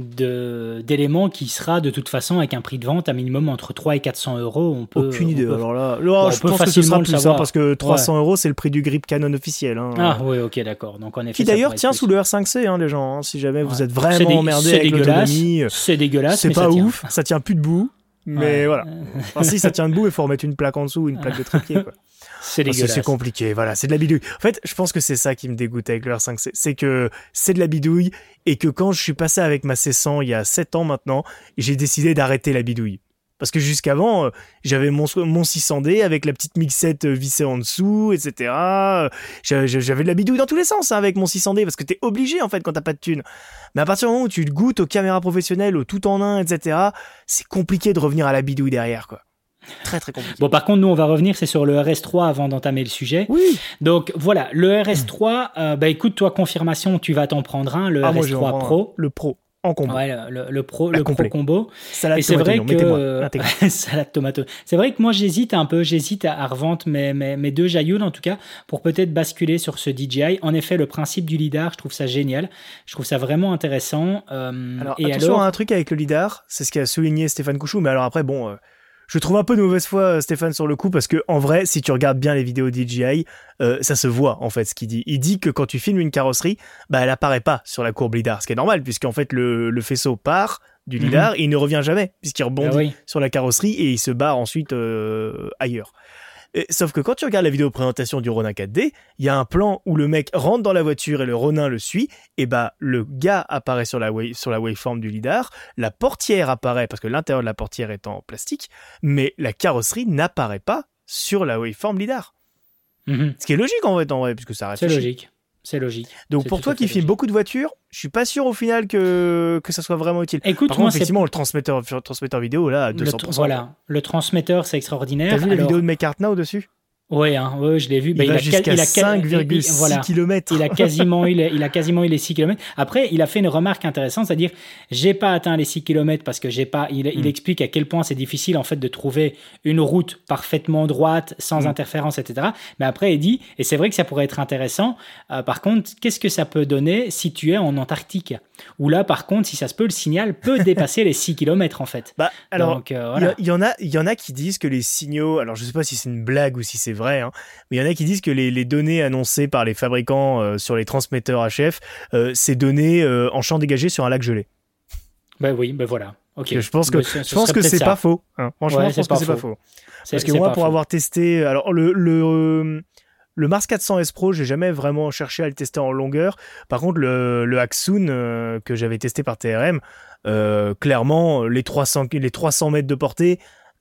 de, d'élément qui sera de toute façon avec un prix de vente à minimum entre trois et quatre cents euros. On peut, Aucune idée. on peut, Alors là, là bon, je on peut pense que ce sera facilement le plus ça, savoir. parce que trois cents Ouais. euros, c'est le prix du grip Canon officiel. Hein. Ah oui, ok, d'accord. Donc en effet, Qui ça d'ailleurs pourrait être tient plus. sous le R cinq C, hein, les gens. Hein, si jamais vous Ouais. êtes C'est vraiment dé- emmerdé c'est avec dégueulasse. l'autonomie, euh, C'est dégueulasse, c'est mais pas ça tient. ouf, ça tient plus debout. Mais Ouais. voilà. Enfin, si ça tient debout, il faut remettre une plaque en dessous, une plaque de trépied, quoi. C'est Enfin, c'est, dégueulasse. c'est compliqué, voilà, c'est de la bidouille. En fait, je pense que c'est ça qui me dégoûte avec le R cinq C, c'est que c'est de la bidouille et que quand je suis passé avec ma C cent il y a sept ans maintenant, j'ai décidé d'arrêter la bidouille. Parce que jusqu'avant, euh, j'avais mon, mon six cents D avec la petite mixette euh, vissée en dessous, et cetera. J'avais, j'avais de la bidouille dans tous les sens hein, avec mon six cents D parce que t'es obligé en fait quand t'as pas de thune. Mais à partir du moment où tu te goûtes aux caméras professionnelles, au tout en un, et cetera, c'est compliqué de revenir à la bidouille derrière, quoi. Très très compliqué. Bon, par contre, nous, on va revenir, c'est sur le R S trois avant d'entamer le sujet. Oui. Donc voilà, le R S trois, euh, bah écoute, toi, confirmation, tu vas t'en prendre un, le Ah, moi, R S je vais en trois prendre Pro. un. Le Pro, en combo. Ouais, le, le, le Pro, Ah, le complet. Pro combo. Salade Et c'est tomate vrai oignon, que mettez-moi. Intégrale. salade tomate. C'est vrai que moi j'hésite un peu, j'hésite à, à revendre mes, mes, mes deux Jayoul en tout cas pour peut-être basculer sur ce D J I. En effet, le principe du lidar, je trouve ça génial, je trouve ça vraiment intéressant. Euh, Alors et attention alors, à un truc avec le lidar, c'est ce qu'a souligné Stéphane Couchou, mais alors après bon, euh, je trouve un peu de mauvaise foi euh, Stéphane sur le coup parce que en vrai, si tu regardes bien les vidéos D J I, euh, ça se voit en fait ce qu'il dit. Il dit que quand tu filmes une carrosserie, bah elle apparaît pas sur la courbe lidar, ce qui est normal puisqu'en fait le, le faisceau part du lidar, Mhm. et il ne revient jamais puisqu'il rebondit ah oui. sur la carrosserie et il se barre ensuite euh, ailleurs. Et, sauf que quand tu regardes la vidéo de présentation du Ronin quatre D, il y a un plan où le mec rentre dans la voiture et le Ronin le suit, et bah le gars apparaît sur la, wa- sur la waveform du lidar, la portière apparaît parce que l'intérieur de la portière est en plastique, mais la carrosserie n'apparaît pas sur la waveform lidar. Mhm. Ce qui est logique en vrai, en vrai puisque ça C'est réfléchit. logique, c'est logique. Donc C'est pour tout toi à qui fait filmes logique. beaucoup de voitures, je suis pas sûr au final que, que ça soit vraiment utile. Écoute, Par moi contre, c'est effectivement, le transmetteur, le transmetteur vidéo, là, à le, deux cents pour cent. voilà, le transmetteur c'est extraordinaire. T'as vu la Alors, vidéo de McCartney dessus? Ouais, hein, ouais, je l'ai vu. Il, Bah, va a, jusqu'à il a, cinq virgule il- six voilà. kilomètres. Il a quasiment eu les, il a quasiment eu les six kilomètres. Après, il a fait une remarque intéressante, c'est-à-dire, j'ai pas atteint les six kilomètres parce que j'ai pas, il, Mm. il explique à quel point c'est difficile, en fait, de trouver une route parfaitement droite, sans Mm. interférence, et cetera. Mais après, il dit, et c'est vrai que ça pourrait être intéressant, euh, par contre, qu'est-ce que ça peut donner si tu es en Antarctique? Où là, par contre, si ça se peut, le signal peut dépasser les six kilomètres, en fait. Bah, alors, Donc, euh, il voilà. y, y en a, il y en a qui disent que les signaux, alors je sais pas si c'est une blague ou si c'est vrai, hein, mais il y en a qui disent que les, les données annoncées par les fabricants euh, sur les transmetteurs H F, euh, c'est données euh, en champ dégagé sur un lac gelé. Ben oui, ben voilà. Ok. Je pense que, Ben, ce- ce je pense serait que peut-être c'est ça. pas faux. Hein. Franchement, Ouais, je pense c'est pas que c'est pas faux. faux. C'est- Parce que c'est moi, pas pour faux. avoir testé, alors le le euh, le Mars quatre cents S Pro, j'ai jamais vraiment cherché à le tester en longueur. Par contre, le le Haxoon euh, que j'avais testé par T R M, euh, clairement, les trois cents les trois cents mètres de portée,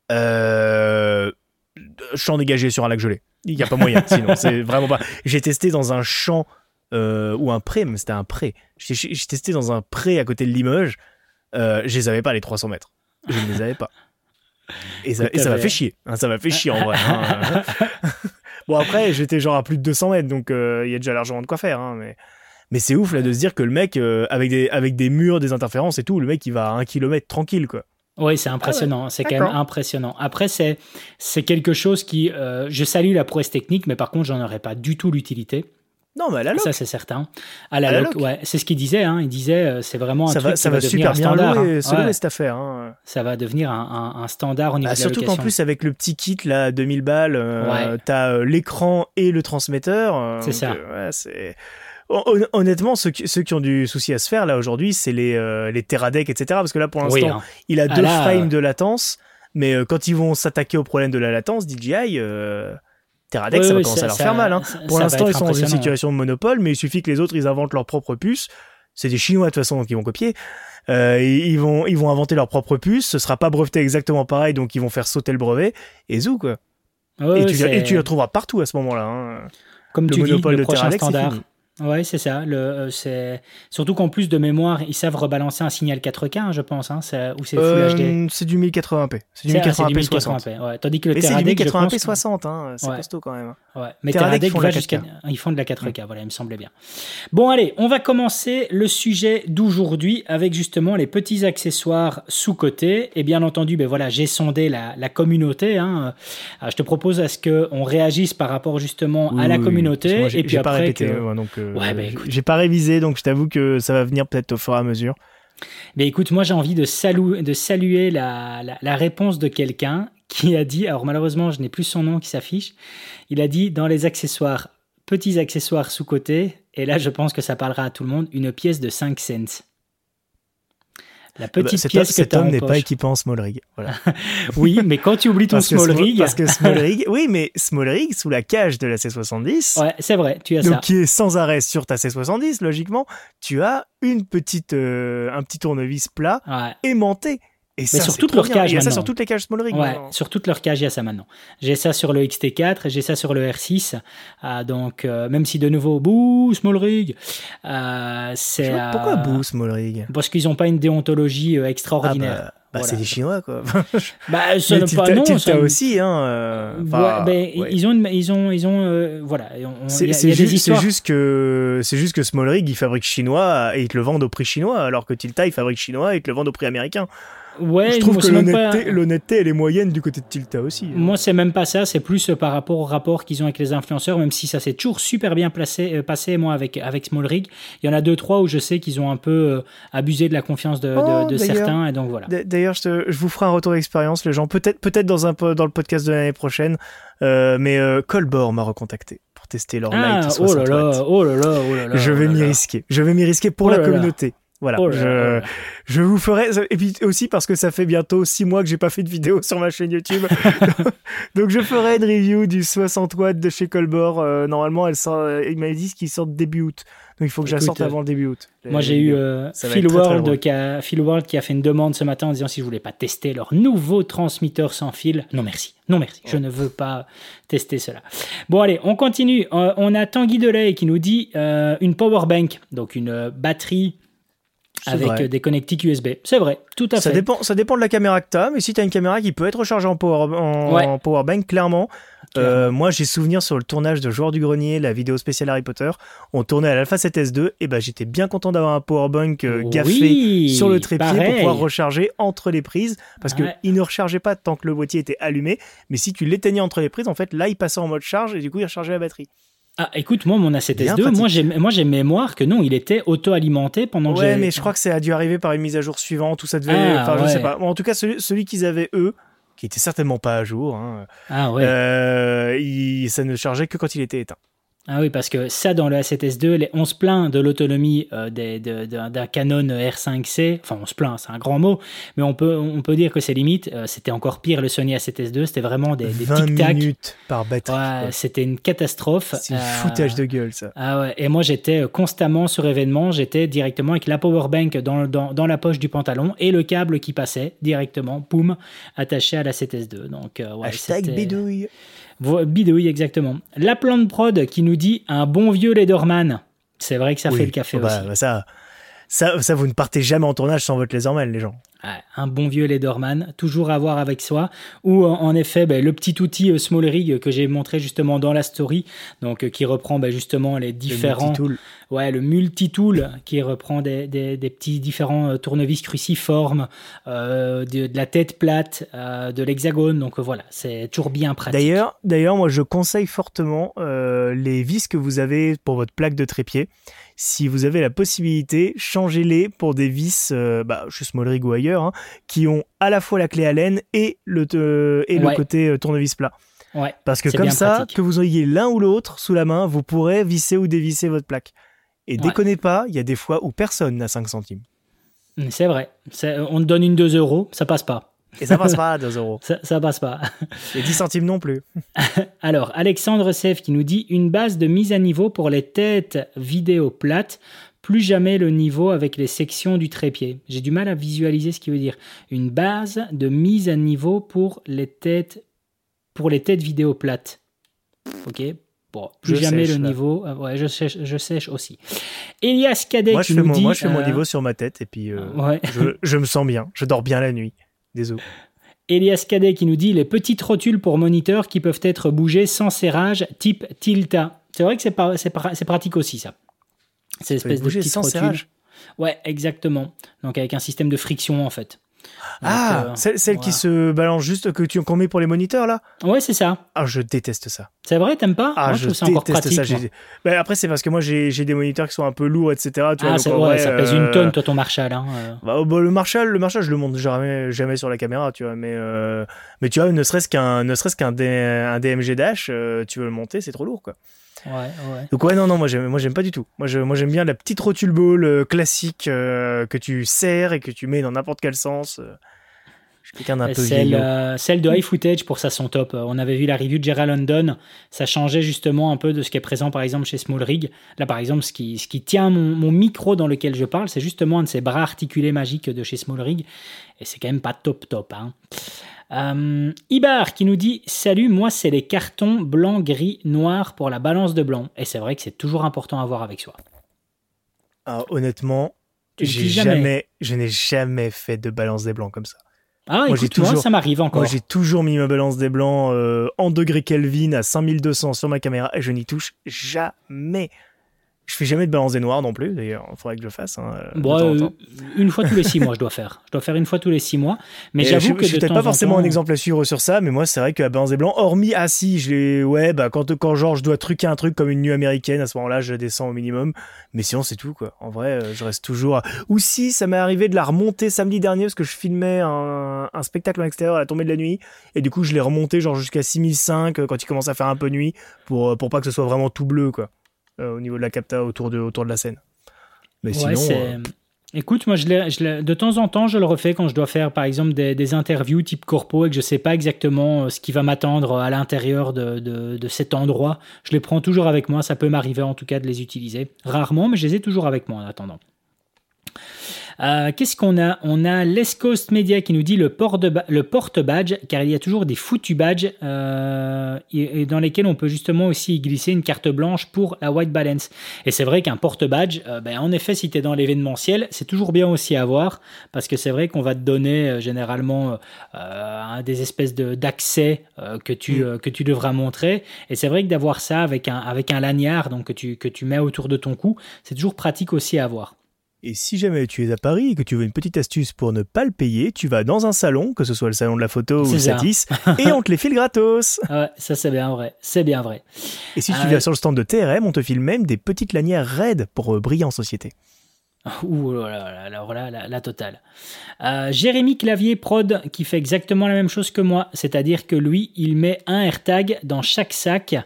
euh, champ dégagé sur un lac gelé. Il y a pas moyen. Sinon, c'est vraiment pas. J'ai testé dans un champ euh, ou un pré, mais c'était un pré. J'ai, j'ai j'ai testé dans un pré à côté de Limoges. Euh, je les avais pas les trois cents mètres. Je ne les avais pas. Et ça, et ça m'a fait chier. Hein, ça m'a fait chier en vrai. Hein. Bon après, j'étais genre à plus de deux cents mètres, donc il euh, y a déjà largement de quoi faire. Hein, mais mais c'est ouf là de se dire que le mec euh, avec des avec des murs, des interférences et tout, le mec il va à un kilomètre tranquille quoi. Oui, c'est impressionnant. Ah ouais. C'est quand D'accord. même impressionnant. Après, c'est c'est quelque chose qui, euh, je salue la prouesse technique, mais par contre, j'en aurais pas du tout l'utilité. Non mais à la loc, Ça, c'est certain. À la, À la loc, loc. ouais, c'est ce qu'il disait. Hein. Il disait, euh, c'est vraiment un ça truc va qui ça va, va devenir super un bien standard. louer, hein. se Ouais, louer cette affaire. Hein. ça va devenir un, un, un standard au niveau Ah, de la surtout qu'en location. plus avec le petit kit là, deux mille balles, euh, Ouais. t'as euh, l'écran et le transmetteur. euh, C'est donc, ça. euh, ouais, c'est... Hon- hon- Honnêtement, ceux qui, ceux qui ont du souci à se faire là aujourd'hui, c'est les, euh, les Teradek, et cetera. Parce que là, pour l'instant, Oui, hein. il a Ah, deux là, frames euh, de latence, mais euh, quand ils vont s'attaquer au problème de la latence, D J I, euh, Teradek, Oui, ça va oui, commencer ça- à leur ça- faire mal. Hein. ça- Pour ça va l'instant, être ils sont dans une impressionnant. situation de monopole, mais il suffit que les autres, ils inventent leur propre puce. C'est des Chinois de toute façon, donc ils vont copier. Euh, ils, ils vont, ils vont inventer leur propre puce. Ce sera pas breveté exactement pareil, donc ils vont faire sauter le brevet. Et zou, quoi. Ouais, et, ouais, tu, c'est- et tu les retrouveras partout à ce moment-là. Hein. Comme le tu dis, monopole le de prochain Teradek, c'est standard. fini. Ouais, c'est ça. Le, euh, c'est... Surtout qu'en plus de mémoire, ils savent rebalancer un signal quatre K, hein, je pense, hein, c'est... ou c'est Full H D. Euh, c'est du mille quatre-vingts p. C'est du C'est, mille ah, c'est du quatre-vingts p soixante. mille quatre-vingts p, ouais. Tandis que le Mais c'est du Teradek, je mille quatre-vingts p pense... soixante, hein. C'est Ouais. costaud quand même. Ouais. Mais Teradek, Teradek ils font va de la jusqu'à... quatre K. Ils font de la quatre K, voilà, il me semblait bien. Bon, allez, on va commencer le sujet d'aujourd'hui avec justement les petits accessoires sous-cotés. Et bien entendu, ben voilà, j'ai sondé la, la communauté. Hein. Alors, je te propose à ce qu'on réagisse par rapport justement à Oui, la oui, communauté. parce que moi, j'ai, et puis j'ai pas après, répété, que... ouais, donc, euh, ouais, bah, écoute. j'ai pas révisé, donc je t'avoue que ça va venir peut-être au fur et à mesure. Mais écoute, moi j'ai envie de, salu- de saluer la, la, la réponse de quelqu'un qui a dit, alors malheureusement je n'ai plus son nom qui s'affiche, il a dit dans les accessoires, petits accessoires sous-côté, et là je pense que ça parlera à tout le monde, une pièce de cinq cents. La petite bah, cet pièce homme, que cet homme t'as n'est en pas poche. équipé en small rig. Voilà. Oui, mais quand tu oublies ton parce small que, rig... Parce que small rig, oui, mais small rig sous la cage de la C soixante-dix, Ouais, c'est vrai, tu as donc ça. qui est sans arrêt sur ta C soixante-dix, logiquement, tu as une petite, euh, un petit tournevis plat Ouais. aimanté. Et ça, sur c'est toutes trop leurs bien. cages Il y a ça maintenant. sur toutes les cages small rig. Ouais, maintenant. sur toutes leurs cages, il y a ça maintenant. J'ai ça sur le X T quatre, j'ai ça sur le R six. Euh, donc, euh, même si de nouveau, bouh, small rig, euh, c'est... Je vois, pourquoi euh, bouh, small rig? Parce qu'ils n'ont pas une déontologie euh, Ah extraordinaire. bah, bah Voilà. c'est des Chinois, quoi. Bah, ça Mais ne pas, Tilta, non. Tilta ça- aussi, hein. euh, Ouais, enfin, ben, ouais. ils ont, une- ils ont, ils ont, euh, voilà. on- on- C'est Il y a, c'est il y a ju- des c'est histoires. juste que c'est juste que Small Rig ils fabriquent chinois et ils te le vendent au prix chinois, alors que Tilta ils fabriquent chinois et ils te le vendent au prix américain. Ouais, Je trouve moi, que c'est même l'honnêteté, pas- l'honnêteté elle est moyenne du côté de Tilta aussi. Moi, c'est même pas ça, c'est plus euh, par rapport au rapport qu'ils ont avec les influenceurs, même si ça s'est toujours super bien placé, euh, passé, moi, avec, avec Small Rig. Il y en a deux, trois où je sais qu'ils ont un peu euh, abusé de la confiance de, de- Oh, de d'ailleurs. certains, et donc voilà. D- D'ailleurs, je, te- je vous ferai un retour d'expérience, les gens. Peut-être, peut-être dans un po- dans le podcast de l'année prochaine. Euh, mais euh, Colbor m'a recontacté pour tester leur Ah, Light oh là soixante là, watts. oh là là, oh là là. Je vais oh là m'y là. risquer. Je vais m'y risquer pour Oh la là là. communauté. Voilà. Oh là là, je, oh là là. je vous ferai. Et puis aussi parce que ça fait bientôt six mois que j'ai pas fait de vidéo sur ma chaîne YouTube. Donc je ferai une review du soixante watts de chez Colbor. Euh, normalement, elle sort. euh, Il m'avait dit qu'ils sortent début août. Donc il faut que je la Écoute, sorte avant le début août. Moi, Les j'ai eu vidéos. euh, Ça va Phil, être très, très World drôle. qui a, Phil World qui a fait une demande ce matin en disant si je voulais pas tester leur nouveau transmetteur sans fil. Non, merci. Non, merci. Je ne veux pas tester cela. Bon, allez, on continue. Euh, on a Tanguy Delay qui nous dit euh, une power bank, donc une euh, batterie C'est avec vrai. euh, des connectiques U S B. C'est vrai, tout à Ça fait. dépend, ça dépend de la caméra que tu as, mais si tu as une caméra qui peut être rechargée en power, en, Ouais. en power bank, clairement. Clairement. Euh, moi, j'ai souvenir sur le tournage de Joueurs du Grenier, la vidéo spéciale Harry Potter, on tournait à l'Alpha sept S deux, et ben j'étais bien content d'avoir un power bank euh, gaffé Oui, sur le trépied pareil. pour pouvoir recharger entre les prises, parce Ouais. que il ne rechargeait pas tant que le boîtier était allumé, mais si tu l'éteignais entre les prises, en fait, là, il passait en mode charge et du coup, il rechargeait la batterie. Ah, écoute, moi, mon A sept S Bien deux, pratique. moi j'ai, moi, j'ai mémoire que non, il était auto-alimenté pendant que Ouais, j'ai... mais je crois que ça a dû arriver par une mise à jour suivante, ou ça devait, Ah, enfin, je ouais. sais pas. Bon, en tout cas, celui, celui qu'ils avaient eux, qui était certainement pas à jour, hein, Ah ouais. Euh, il- ça ne chargeait que quand il était éteint. Ah oui, parce que ça, dans le A sept S deux, les- on se plaint de l'autonomie euh, des- de- de- d'un Canon R cinq C. Enfin, on se plaint, c'est un grand mot, mais on peut, on peut dire que c'est limite. Euh, c'était encore pire le Sony A sept S deux, c'était vraiment des, des vingt tic-tac. minutes par batterie. Ouais, quoi. c'était une catastrophe. C'est un Euh, foutage de gueule, ça. Ah ouais, et moi j'étais constamment sur événement, j'étais directement avec la powerbank dans, dans, dans la poche du pantalon et le câble qui passait directement, poum, attaché à la sept S deux. Donc, euh, ouais, Hashtag c'était- bidouille. Vo- Bidouille, exactement. La plante prod qui nous dit un bon vieux Leatherman. C'est vrai que ça Oui. fait le café Oh bah, aussi. bah ça, ça, ça, vous ne partez jamais en tournage sans votre Laserman, les gens. Ouais, un bon vieux Leatherman, toujours à avoir avec soi. Ou en, en effet, ben, le petit outil euh, Small Rig que j'ai montré justement dans la story, donc euh, qui reprend ben, justement les différents... Le multitool. Ouais, le multitool qui reprend des, des, des petits différents euh, tournevis cruciformes, euh, de, de la tête plate, euh, de l'hexagone. Donc euh, voilà, c'est toujours bien pratique. D'ailleurs, d'ailleurs, moi, je conseille fortement euh, les vis que vous avez pour votre plaque de trépied. Si vous avez la possibilité, changez-les pour des vis, euh, bah, chez Small Rig ou ailleurs, hein, qui ont à la fois la clé Allen et le, euh, et Ouais. le côté euh, tournevis plat. Ouais, Parce que c'est comme bien ça, pratique. que vous ayez l'un ou l'autre sous la main, vous pourrez visser ou dévisser votre plaque. Et Ouais. déconnez pas, il y a des fois où personne n'a cinq centimes. C'est vrai. C'est- on te donne une deux euros, ça passe pas. Et ça passe pas à deux euros. Ça, ça passe pas. Et dix centimes non plus. Alors, Alexandre Seff qui nous dit une base de mise à niveau pour les têtes vidéo plates, plus jamais le niveau avec les sections du trépied. J'ai du mal à visualiser ce qu'il veut dire. Une base de mise à niveau pour les têtes, pour les têtes vidéo plates. Ok. Bon, plus Je jamais sèche, le là. niveau. euh, ouais, je sèche, je sèche aussi. Elias Cadet Moi qui je, fais nous mon, dit. moi, je fais mon euh, niveau sur ma tête et puis euh, Ouais. je, je me sens bien. Je dors bien la nuit. Désolé. Elias Cadet qui nous dit les petites rotules pour moniteur qui peuvent être bougées sans serrage type Tilta. C'est vrai que c'est, pas, c'est, pra- c'est pratique aussi ça. Ces Ça peut espèces de bouger petites sans rotules. serrage. Ouais, exactement. Donc avec un système de friction en fait. Donc, ah, euh, celle, celle voilà. qui se balance juste, que tu qu'on met pour les moniteurs, là ? Ouais, c'est ça. Ah, je déteste ça. C'est vrai, t'aimes pas ? Ah, moi, je, je trouve ça encore pratique, ça. J'ai... Ben, après, c'est parce que moi, j'ai, j'ai des moniteurs qui sont un peu lourds, et cetera. Tu ah, vois, c'est, donc, ouais, vrai, ça pèse euh... une tonne, toi, ton Marshall. Hein, euh. bah, bah, le Marshall, le Marshall, je le monte jamais, jamais sur la caméra, tu vois. Mais, euh... mais tu vois, ne serait-ce qu'un, ne serait-ce qu'un D... un D M G Dash, euh, tu veux le monter, c'est trop lourd, quoi. Ouais, ouais. Donc ouais, non, non, moi j'aime, moi j'aime pas du tout. Moi, je, moi j'aime bien la petite rotule ball euh, classique euh, que tu serres et que tu mets dans n'importe quel sens. Euh. Je suis quelqu'un d'un peu celle, vieillot. Euh, celle de iFootage, pour ça, sont top. On avait vu la review de Gerald London. Ça changeait justement un peu de ce qui est présent, par exemple, chez Small Rig. Là, par exemple, ce qui, ce qui tient mon, mon micro dans lequel je parle, c'est justement un de ces bras articulés magiques de chez Small Rig. Et c'est quand même pas top top, hein. Euh, Ibar qui nous dit « Salut, moi c'est les cartons blanc, gris, noir pour la balance de blanc. » Et c'est vrai que c'est toujours important à avoir avec soi. Alors, honnêtement, j'ai jamais. jamais, je n'ai jamais fait de balance des blancs comme ça. Ah, moi, écoute, toujours, moi ça m'arrive encore. Moi j'ai toujours mis ma balance des blancs euh, en degrés Kelvin à cinq mille deux cents sur ma caméra et je n'y touche jamais. Je fais jamais de balance des noirs non plus, d'ailleurs, il faudrait que je le fasse. Hein, bon, euh, une fois tous les six mois, je dois faire. Je dois faire une fois tous les six mois. Mais et j'avoue je, que je suis de peut-être temps pas forcément temps... un exemple à suivre sur ça, mais moi, c'est vrai que la balance des blancs, hormis, ah si, je l'ai, ouais, bah, quand, quand genre je dois truquer un truc comme une nuit américaine, à ce moment-là, je descends au minimum. Mais sinon, c'est tout, quoi. En vrai, euh, je reste toujours. À... Ou si, ça m'est arrivé de la remonter samedi dernier, parce que je filmais un, un spectacle en extérieur à la tombée de la nuit, et du coup, je l'ai remonté genre jusqu'à six mille cinq quand il commence à faire un peu nuit, pour, pour pas que ce soit vraiment tout bleu, quoi. Euh, au niveau de la capta autour de, autour de la scène. Mais ouais, sinon... C'est... Euh... Écoute, moi, je l'ai, je l'ai, de temps en temps, je le refais quand je dois faire, par exemple, des, des interviews type corpo et que je ne sais pas exactement ce qui va m'attendre à l'intérieur de, de, de cet endroit. Je les prends toujours avec moi. Ça peut m'arriver, en tout cas, de les utiliser. Rarement, mais je les ai toujours avec moi en attendant. Euh, qu'est-ce qu'on a ? On a l'Est Coast Media qui nous dit le, port de ba- le porte-badge, car il y a toujours des foutus badges euh, et, et dans lesquels on peut justement aussi glisser une carte blanche pour la white balance. Et c'est vrai qu'un porte-badge, euh, ben, en effet, si tu es dans l'événementiel, c'est toujours bien aussi à avoir, parce que c'est vrai qu'on va te donner euh, généralement euh, des espèces de, d'accès euh, que, tu, euh, que tu devras montrer. Et c'est vrai que d'avoir ça avec un, avec un lanyard donc, que, tu, que tu mets autour de ton cou, c'est toujours pratique aussi à avoir. Et si jamais tu es à Paris et que tu veux une petite astuce pour ne pas le payer, tu vas dans un salon, que ce soit le salon de la photo c'est ou le Satis, et on te les file gratos. Ouais, ça c'est bien vrai, c'est bien vrai. Et si tu euh... viens sur le stand de T R M, on te file même des petites lanières raides pour euh, briller en société. Ouh là là, alors là, la, la totale. Euh, Jérémy Clavier Prod qui fait exactement la même chose que moi, c'est-à-dire que lui, il met un AirTag dans chaque sac.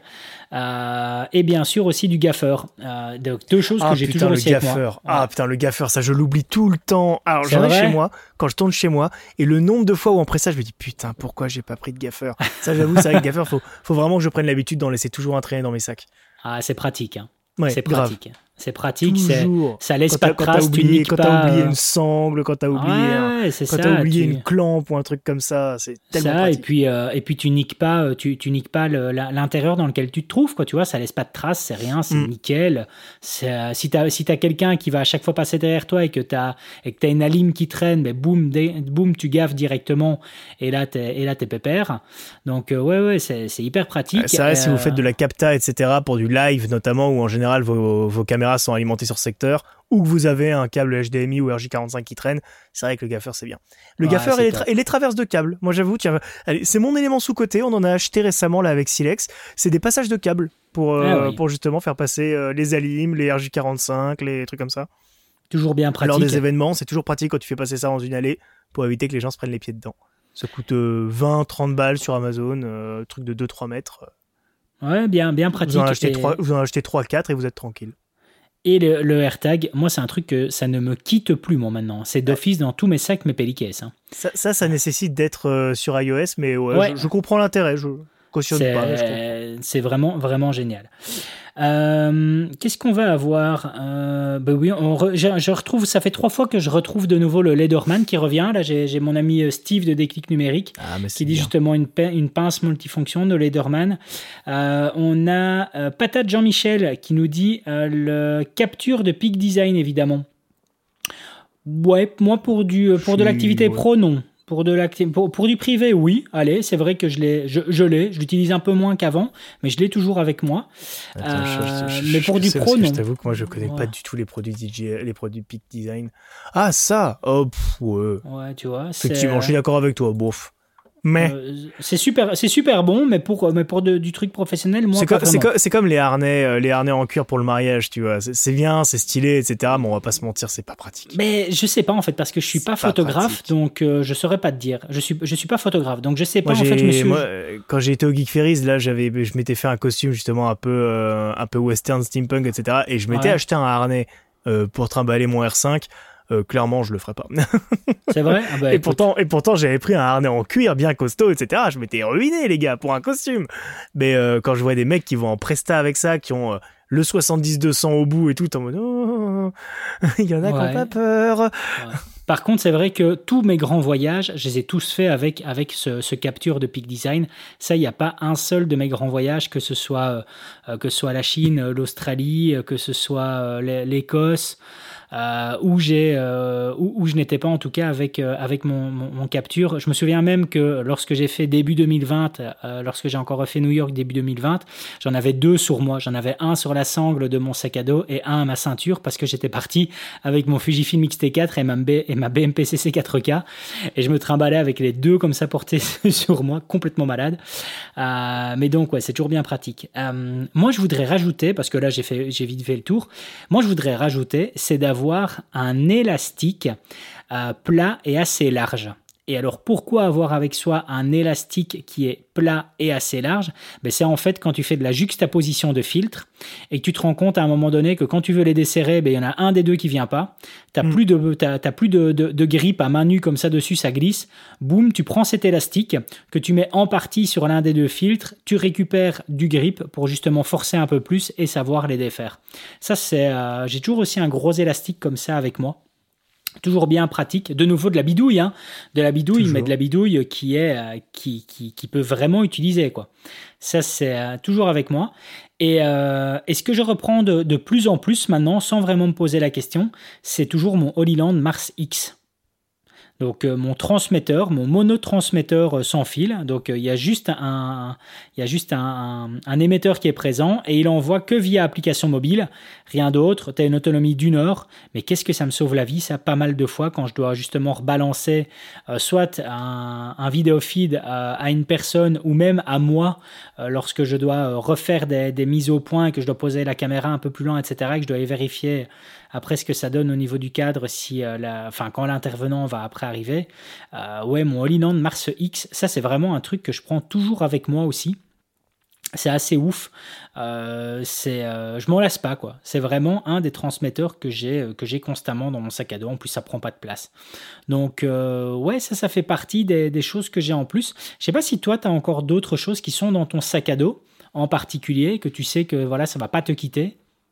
Euh, et bien sûr aussi du gaffeur. Euh, donc deux choses ah, que j'ai putain, toujours le aussi gaffeur. avec moi. Ah ouais. putain, le gaffeur, ça je l'oublie tout le temps. Alors c'est j'en ai vrai chez moi, quand je tourne chez moi, et le nombre de fois où après ça je me dis putain, pourquoi j'ai pas pris de gaffeur. Ça j'avoue, c'est vrai que gaffeur, faut, faut vraiment que je prenne l'habitude d'en laisser toujours un traîner dans mes sacs. Ah, c'est pratique. Hein. Ouais, c'est grave. pratique. C'est pratique, toujours. C'est, ça laisse quand pas de traces, oublié, tu niques quand pas. Quand t'as oublié une sangle, quand t'as oublié, ouais, un, ouais, c'est quand ça, t'as oublié tu... une clampe ou un truc comme ça, c'est tellement ça, pratique. Et puis, euh, et puis tu niques pas, tu, tu niques pas le, l'intérieur dans lequel tu te trouves, quoi. Tu vois, ça laisse pas de traces, c'est rien, c'est mm. nickel. C'est, euh, si t'as, si t'as quelqu'un qui va à chaque fois passer derrière toi et que t'as, et que t'as une alim qui traîne, ben boum, dé, boum, tu gaffes directement et là t'es, et là t'es pépère. Donc euh, ouais, ouais, c'est, c'est hyper pratique. Ça, euh, si vous faites de la capta, et cetera, pour du live notamment, où en général vos, vos caméras sont alimentées sur secteur, ou que vous avez un câble H D M I ou R J quarante-cinq qui traîne, c'est vrai que le gaffeur c'est bien. Le ouais, gaffeur et les, tra- et les traverses de câbles, moi j'avoue, tiens, allez, c'est mon élément sous-côté, on en a acheté récemment là avec Silex, c'est des passages de câbles pour, euh, ah oui. pour justement faire passer euh, les alims, les R J quarante-cinq, les trucs comme ça. Toujours bien pratique. Alors des événements, c'est toujours pratique quand tu fais passer ça dans une allée pour éviter que les gens se prennent les pieds dedans. Ça coûte euh, vingt trente balles sur Amazon, euh, truc de deux trois mètres. Ouais, bien, bien pratique. Vous en achetez et... trois, vous en achetez trois quatre et vous êtes tranquille. Et le, le AirTag, moi, c'est un truc que ça ne me quitte plus, moi, maintenant. C'est d'office dans tous mes sacs, mes pellicases. Hein. Ça, ça, ça nécessite d'être euh, sur iOS, mais ouais, ouais. Je, je comprends l'intérêt. Je cautionne c'est, pas. Je c'est vraiment, vraiment génial. Euh, qu'est-ce qu'on va avoir euh, ben oui, on re, je, je retrouve, ça fait trois fois que je retrouve de nouveau le Lederman qui revient. Là, j'ai, j'ai mon ami Steve de Déclic Numérique ah, qui dit bien. justement une, une pince multifonction de Lederman. Euh, on a euh, Patate Jean-Michel qui nous dit euh, le capture de Peak Design, évidemment. Ouais, moi pour, du, pour de l'activité ouais. pro, non. Pour, de l'acti- pour, pour du privé, oui. Allez, c'est vrai que je l'ai, je, je l'ai. Je l'utilise un peu moins qu'avant, mais je l'ai toujours avec moi. Attends, Euh, je, je, je, mais pour je du sais, pro, parce que non. je t'avoue que moi je connais Ouais. pas du tout les produits D J, les produits Peak Design. Ah ça, oh pff, ouais. Ouais, tu vois. Effectivement, c'est, je suis d'accord avec toi. Bof. Mais euh, c'est super, c'est super bon, mais pour, mais pour de- du truc professionnel, moi, c'est, pas co- c'est, vraiment. co- c'est comme les harnais, euh, les harnais en cuir pour le mariage, tu vois. C'est, c'est bien, c'est stylé, et cetera. Mais on va pas se mentir, c'est pas pratique. Mais je sais pas en fait parce que je suis C'est pas pas photographe, pratique. donc euh, je saurais pas te dire. Je suis, je suis pas photographe, donc je sais pas Moi, en j'ai, fait. Je me suis. moi, euh, quand j'ai été au Geek Ferries, là, j'avais, je m'étais fait un costume justement un peu, euh, un peu western, steampunk, et cetera. Et je m'étais Ouais. acheté un harnais euh, pour trimballer mon R cinq. Euh, clairement, je le ferais pas. C'est vrai. Ah bah, et écoute. pourtant, et pourtant, j'avais pris un harnais en cuir bien costaud, et cetera. Je m'étais ruiné, les gars, pour un costume. Mais euh, quand je vois des mecs qui vont en presta avec ça, qui ont euh, le soixante-dix deux cents au bout et tout, en mode, oh, il y en a qui Ouais. ont pas peur. Ouais. Par contre, c'est vrai que tous mes grands voyages, je les ai tous faits avec, avec ce, ce capture de Peak Design. Ça, il n'y a pas un seul de mes grands voyages, que ce soit, euh, que ce soit la Chine, euh, l'Australie, euh, que ce soit euh, l'Écosse, euh, où, j'ai, euh, où, où je n'étais pas en tout cas avec, euh, avec mon, mon, mon capture. Je me souviens même que lorsque j'ai fait début deux mille vingt, euh, lorsque j'ai encore refait New York début deux mille vingt, j'en avais deux sur moi. J'en avais un sur la sangle de mon sac à dos et un à ma ceinture parce que j'étais parti avec mon Fujifilm X T quatre et ma, B, et ma B M P C C quatre K et je me trimballais avec les deux comme ça portés sur moi, complètement malade. Euh, mais donc, ouais, c'est toujours bien pratique. Euh, moi, je voudrais rajouter, parce que là, j'ai, fait, j'ai vite fait le tour, moi, je voudrais rajouter, c'est d'avoir un élastique euh, plat et assez large. Et alors, pourquoi avoir avec soi un élastique qui est plat et assez large? Ben, c'est en fait quand tu fais de la juxtaposition de filtres et que tu te rends compte à un moment donné que quand tu veux les desserrer, ben, il y en a un des deux qui vient pas. Tu n'as mm. plus, de, t'as, t'as plus de, de, de grippe à main nue comme ça dessus, ça glisse. Boum, tu prends cet élastique que tu mets en partie sur l'un des deux filtres, tu récupères du grip pour justement forcer un peu plus et savoir les défaire. Ça, c'est, euh, j'ai toujours aussi un gros élastique comme ça avec moi. Toujours bien pratique. De nouveau de la bidouille, hein. De la bidouille, toujours. Mais de la bidouille qui est euh, qui, qui qui peut vraiment utiliser quoi. Ça c'est euh, toujours avec moi. Et, euh, et ce que je reprends de, de plus en plus maintenant, sans vraiment me poser la question, c'est toujours mon Holyland Mars X. Donc euh, mon transmetteur, mon monotransmetteur euh, sans fil. Donc euh, il y a juste un, il y a juste un, un, un émetteur qui est présent et il envoie que via application mobile, rien d'autre. Tu as une autonomie d'une heure, mais qu'est-ce que ça me sauve la vie, ça, pas mal de fois quand je dois justement rebalancer euh, soit un, un vidéo feed euh, à une personne ou même à moi euh, lorsque je dois euh, refaire des, des mises au point et que je dois poser la caméra un peu plus loin, et cetera, et que je dois aller vérifier après ce que ça donne au niveau du cadre, si, euh, la, enfin, quand l'intervenant va après arriver. Euh, ouais, mon Holyland Mars X, ça c'est vraiment un truc que je prends toujours avec moi aussi. C'est assez ouf. Euh, c'est, euh, je m'en lasse pas quoi. C'est vraiment un des transmetteurs que j'ai que j'ai constamment dans mon sac à dos. En plus, ça prend pas de place. Donc euh, ouais, ça, ça fait partie des, des choses que j'ai en plus. Je sais pas si toi, tu as encore d'autres choses qui sont dans ton sac à dos en particulier que tu sais que voilà, ça va pas te quitter.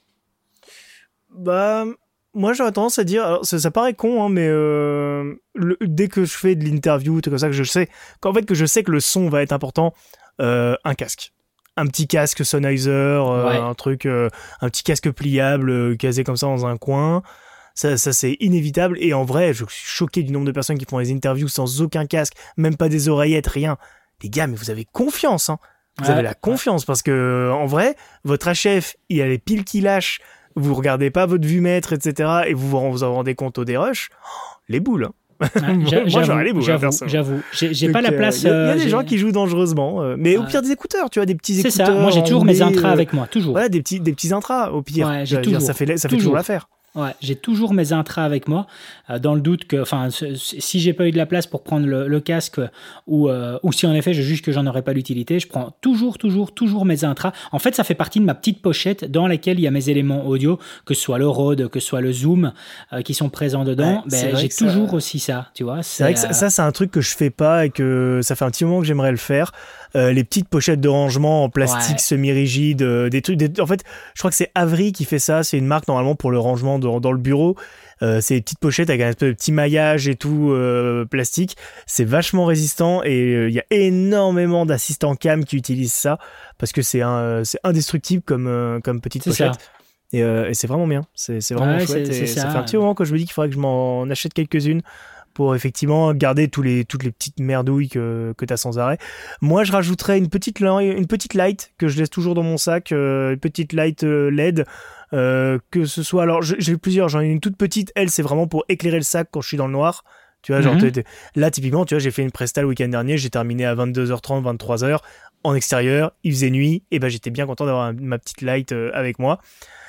Bah, moi j'aurais tendance à dire, alors ça, ça paraît con, hein, mais euh, le, dès que je fais de l'interview, tout comme ça, que je sais, qu'en fait que je sais que le son va être important, euh, un casque, un petit casque Sennheiser, euh, ouais. un truc, euh, un petit casque pliable, euh, casé comme ça dans un coin. Ça, ça c'est inévitable. Et en vrai, je suis choqué du nombre de personnes qui font des interviews sans aucun casque, même pas des oreillettes, rien. Les gars, mais vous avez confiance, hein. Vous ouais, avez la confiance ouais. parce que en vrai, votre H F, il a les piles qui lâchent. Vous regardez pas votre vue-mètre, et cetera, et vous vous en rendez compte au dérush, oh, les boules. Hein. Ouais, moi, j'aurais les boules. J'avoue, hein, j'avoue. J'ai, j'ai Donc, pas la place. Il euh, y a, y a des j'ai... gens qui jouent dangereusement, euh, mais ouais. au pire des écouteurs, tu vois, des petits c'est écouteurs. C'est ça. Moi, j'ai toujours mes intras euh, avec moi, toujours. Voilà, des petits, des petits intras, au pire. Ouais, j'ai toujours. Dire, ça fait, ça fait toujours. toujours l'affaire. Ouais, j'ai toujours mes intras avec moi, euh, dans le doute que, enfin, si j'ai pas eu de la place pour prendre le, le casque, ou euh, ou si en effet je juge que j'en aurais pas l'utilité, je prends toujours, toujours, toujours mes intras. En fait, ça fait partie de ma petite pochette dans laquelle il y a mes éléments audio, que ce soit le Rode, que ce soit le Zoom, euh, qui sont présents dedans. Ouais, ben, j'ai toujours ça... aussi ça, tu vois. C'est, c'est vrai que ça, ça, c'est un truc que je fais pas et que ça fait un petit moment que j'aimerais le faire. Euh, les petites pochettes de rangement en plastique ouais. semi-rigide, euh, des trucs. Des... En fait, je crois que c'est Avery qui fait ça. C'est une marque normalement pour le rangement de, dans le bureau. Euh, c'est des petites pochettes avec un espèce de petit maillage et tout euh, plastique. C'est vachement résistant et il euh, y a énormément d'assistants cam qui utilisent ça parce que c'est un, c'est indestructible comme euh, comme petite c'est pochette. Ça. Et, euh, et c'est vraiment bien. C'est, c'est vraiment ouais, chouette. C'est, et c'est ça. ça fait un petit moment que je me dis qu'il faudrait que je m'en achète quelques-unes. pour effectivement garder tous les, toutes les petites merdouilles que, que tu as sans arrêt. Moi, je rajouterais une petite, une petite light que je laisse toujours dans mon sac, euh, une petite light euh, L E D, euh, que ce soit... Alors, j'ai plusieurs, j'en ai une toute petite, elle, c'est vraiment pour éclairer le sac quand je suis dans le noir. Tu vois, genre, mm-hmm. t'es, t'es... là, typiquement, tu vois, j'ai fait une presta le week-end dernier, j'ai terminé à vingt-deux heures trente, vingt-trois heures, en extérieur, il faisait nuit, et ben j'étais bien content d'avoir un, ma petite light euh, avec moi.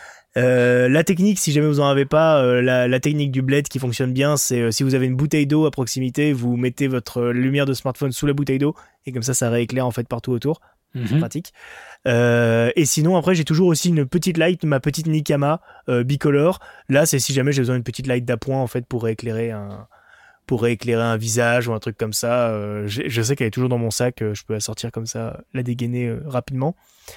Euh, la technique, si jamais vous en avez pas, euh, la, la technique du bled qui fonctionne bien, c'est euh, si vous avez une bouteille d'eau à proximité, vous mettez votre euh, lumière de smartphone sous la bouteille d'eau et comme ça, ça rééclaire en fait partout autour. Mm-hmm. C'est pratique. Euh, et sinon, après, j'ai toujours aussi une petite light, ma petite Nikama euh, bicolore. Là, c'est si jamais j'ai besoin d'une petite light d'appoint en fait pour rééclairer un, pour rééclairer un visage ou un truc comme ça. Euh, je sais qu'elle est toujours dans mon sac, euh, je peux la sortir comme ça, la dégainer euh, rapidement.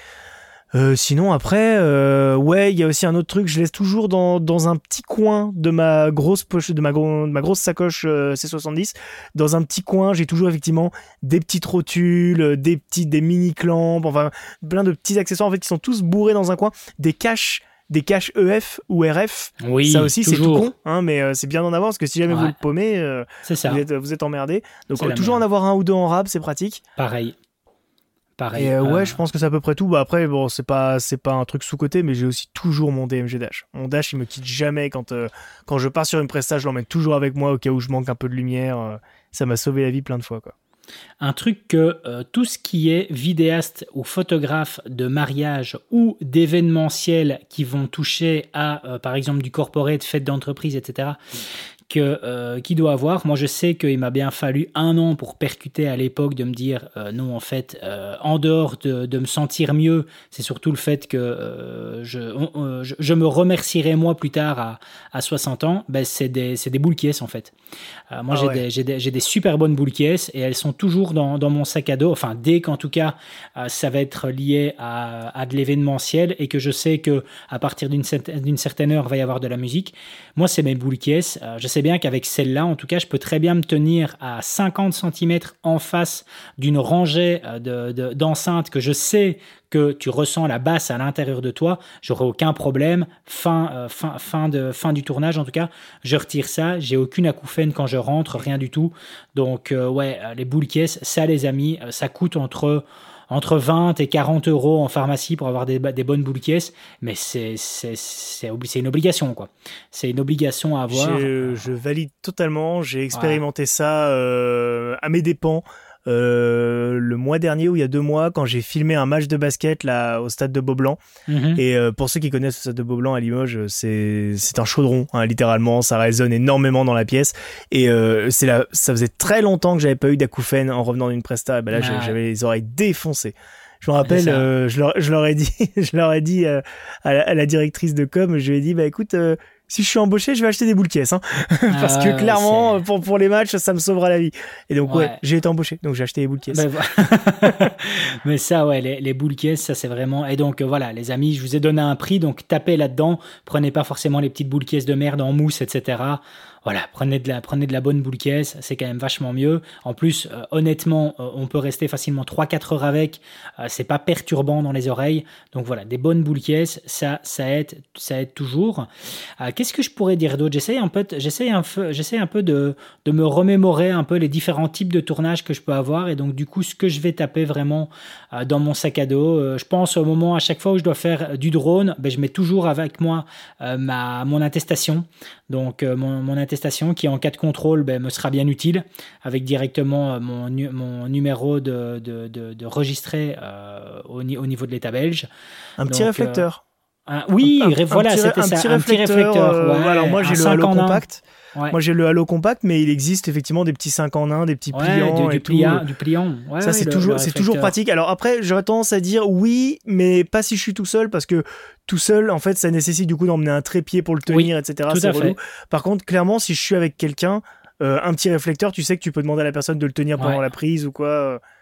Euh, sinon après, euh, ouais, il y a aussi un autre truc, je laisse toujours dans dans un petit coin de ma grosse poche, de ma gros, de ma grosse sacoche euh, C soixante-dix, dans un petit coin, j'ai toujours effectivement des petites rotules, des petits, des mini clampes, enfin plein de petits accessoires en fait qui sont tous bourrés dans un coin, des caches. Des caches E F ou R F, oui, ça aussi toujours. C'est tout con, hein, mais euh, c'est bien d'en avoir parce que si jamais ouais. vous le paumez, euh, c'est ça. Vous êtes vous êtes emmerdé. Donc euh, toujours en avoir un ou deux en rab, c'est pratique. Pareil. Pareil. Et euh, euh... ouais, je pense que c'est à peu près tout. Bah après, bon, c'est pas c'est pas un truc sous côté, mais j'ai aussi toujours mon D M G Dash. Mon Dash, il me quitte jamais quand euh, quand je pars sur une prestation, je l'emmène toujours avec moi au cas où je manque un peu de lumière. Euh, ça m'a sauvé la vie plein de fois, quoi. Un truc que euh, tout ce qui est vidéaste ou photographe de mariage ou d'événementiel qui vont toucher à, euh, par exemple, du corporate, fête d'entreprise, et cetera, que, euh, qui doit avoir. Moi, je sais qu'il m'a bien fallu un an pour percuter à l'époque de me dire euh, non, en fait, euh, en dehors de, de me sentir mieux, c'est surtout le fait que euh, je, on, je, je me remercierai moi plus tard à, à soixante ans. Ben, c'est des, c'est des boules caisses en fait. Euh, moi, ah j'ai, ouais. des, j'ai, des, j'ai des super bonnes boules caisses et elles sont toujours dans, dans mon sac à dos. Enfin, dès qu'en tout cas, euh, ça va être lié à, à de l'événementiel et que je sais que à partir d'une, d'une certaine heure, il va y avoir de la musique. Moi, c'est mes boules caisses. Euh, je sais bien qu'avec celle-là, en tout cas, je peux très bien me tenir à cinquante centimètres en face d'une rangée de, de, d'enceintes que je sais que tu ressens la basse à l'intérieur de toi, j'aurai aucun problème. Fin, euh, fin, fin, de, fin du tournage, en tout cas, je retire ça. J'ai aucune acouphène quand je rentre, rien du tout. Donc, euh, ouais, les boules caisses, ça, les amis, ça coûte entre... entre vingt et quarante euros en pharmacie pour avoir des, des bonnes boules caisses, mais c'est, c'est, c'est, c'est une obligation, quoi. C'est une obligation à avoir. Je, je valide totalement, j'ai expérimenté ouais. ça euh, à mes dépens. Euh, le mois dernier ou il y a deux mois quand j'ai filmé un match de basket là au stade de Beaublanc mm-hmm. et euh, pour ceux qui connaissent le stade de Beaublanc à Limoges, c'est c'est un chaudron hein, littéralement, ça résonne énormément dans la pièce et euh, c'est là, ça faisait très longtemps que j'avais pas eu d'acouphène en revenant d'une presta et ben là ah. j'avais les oreilles défoncées. Je me rappelle, euh, je, leur, je leur ai dit, je leur ai dit euh, à, la, à la directrice de com, je lui ai dit bah écoute, euh, si je suis embauché, je vais acheter des boules caisses, hein, parce ah, que clairement c'est... pour pour les matchs, ça me sauvera la vie. Et donc ouais, ouais j'ai été embauché, donc j'ai acheté des boules caisses. Ben, voilà. Mais ça, ouais, les, les boules caisses, ça c'est vraiment. Et donc euh, voilà, les amis, je vous ai donné un prix, donc tapez là-dedans, prenez pas forcément les petites boules caisses de merde en mousse, et cetera. Voilà, prenez de la, prenez de la bonne boule caisse, c'est quand même vachement mieux. En plus, euh, honnêtement, euh, on peut rester facilement trois quatre heures avec, euh, c'est pas perturbant dans les oreilles. Donc voilà, des bonnes boules caisses, ça, ça aide, ça aide toujours. Euh, qu'est-ce que je pourrais dire d'autre ? J'essaie un peu, j'essaie un peu, j'essaie un peu de, de me remémorer un peu les différents types de tournages que je peux avoir et donc du coup, ce que je vais taper vraiment euh, dans mon sac à dos. Euh, je pense au moment, à chaque fois où je dois faire du drone, ben, je mets toujours avec moi euh, ma, mon attestation. Donc euh, mon, mon attestation qui en cas de contrôle ben, me sera bien utile avec directement euh, mon, nu- mon numéro de, de, de, de registré euh, au, ni- au niveau de l'État belge. Un petit Donc, réflecteur. Euh, un, oui, un, un, voilà, un petit, c'était un ça, petit un petit réflecteur. Euh, ouais, alors moi j'ai le Halo Compact. Ouais. Moi j'ai le Halo Compact, mais il existe effectivement des petits cinq en un, des petits ouais, pliants du, et du pliant, tout. Du pliant. Ouais, ça ouais, c'est le, toujours, le c'est toujours pratique. Alors après j'aurais tendance à dire oui, mais pas si je suis tout seul parce que tout seul en fait ça nécessite du coup d'emmener un trépied pour le tenir, oui, et cetera. Tout c'est à relou. fait. Par contre clairement si je suis avec quelqu'un, euh, un petit réflecteur, tu sais que tu peux demander à la personne de le tenir pendant ouais. la prise ou quoi.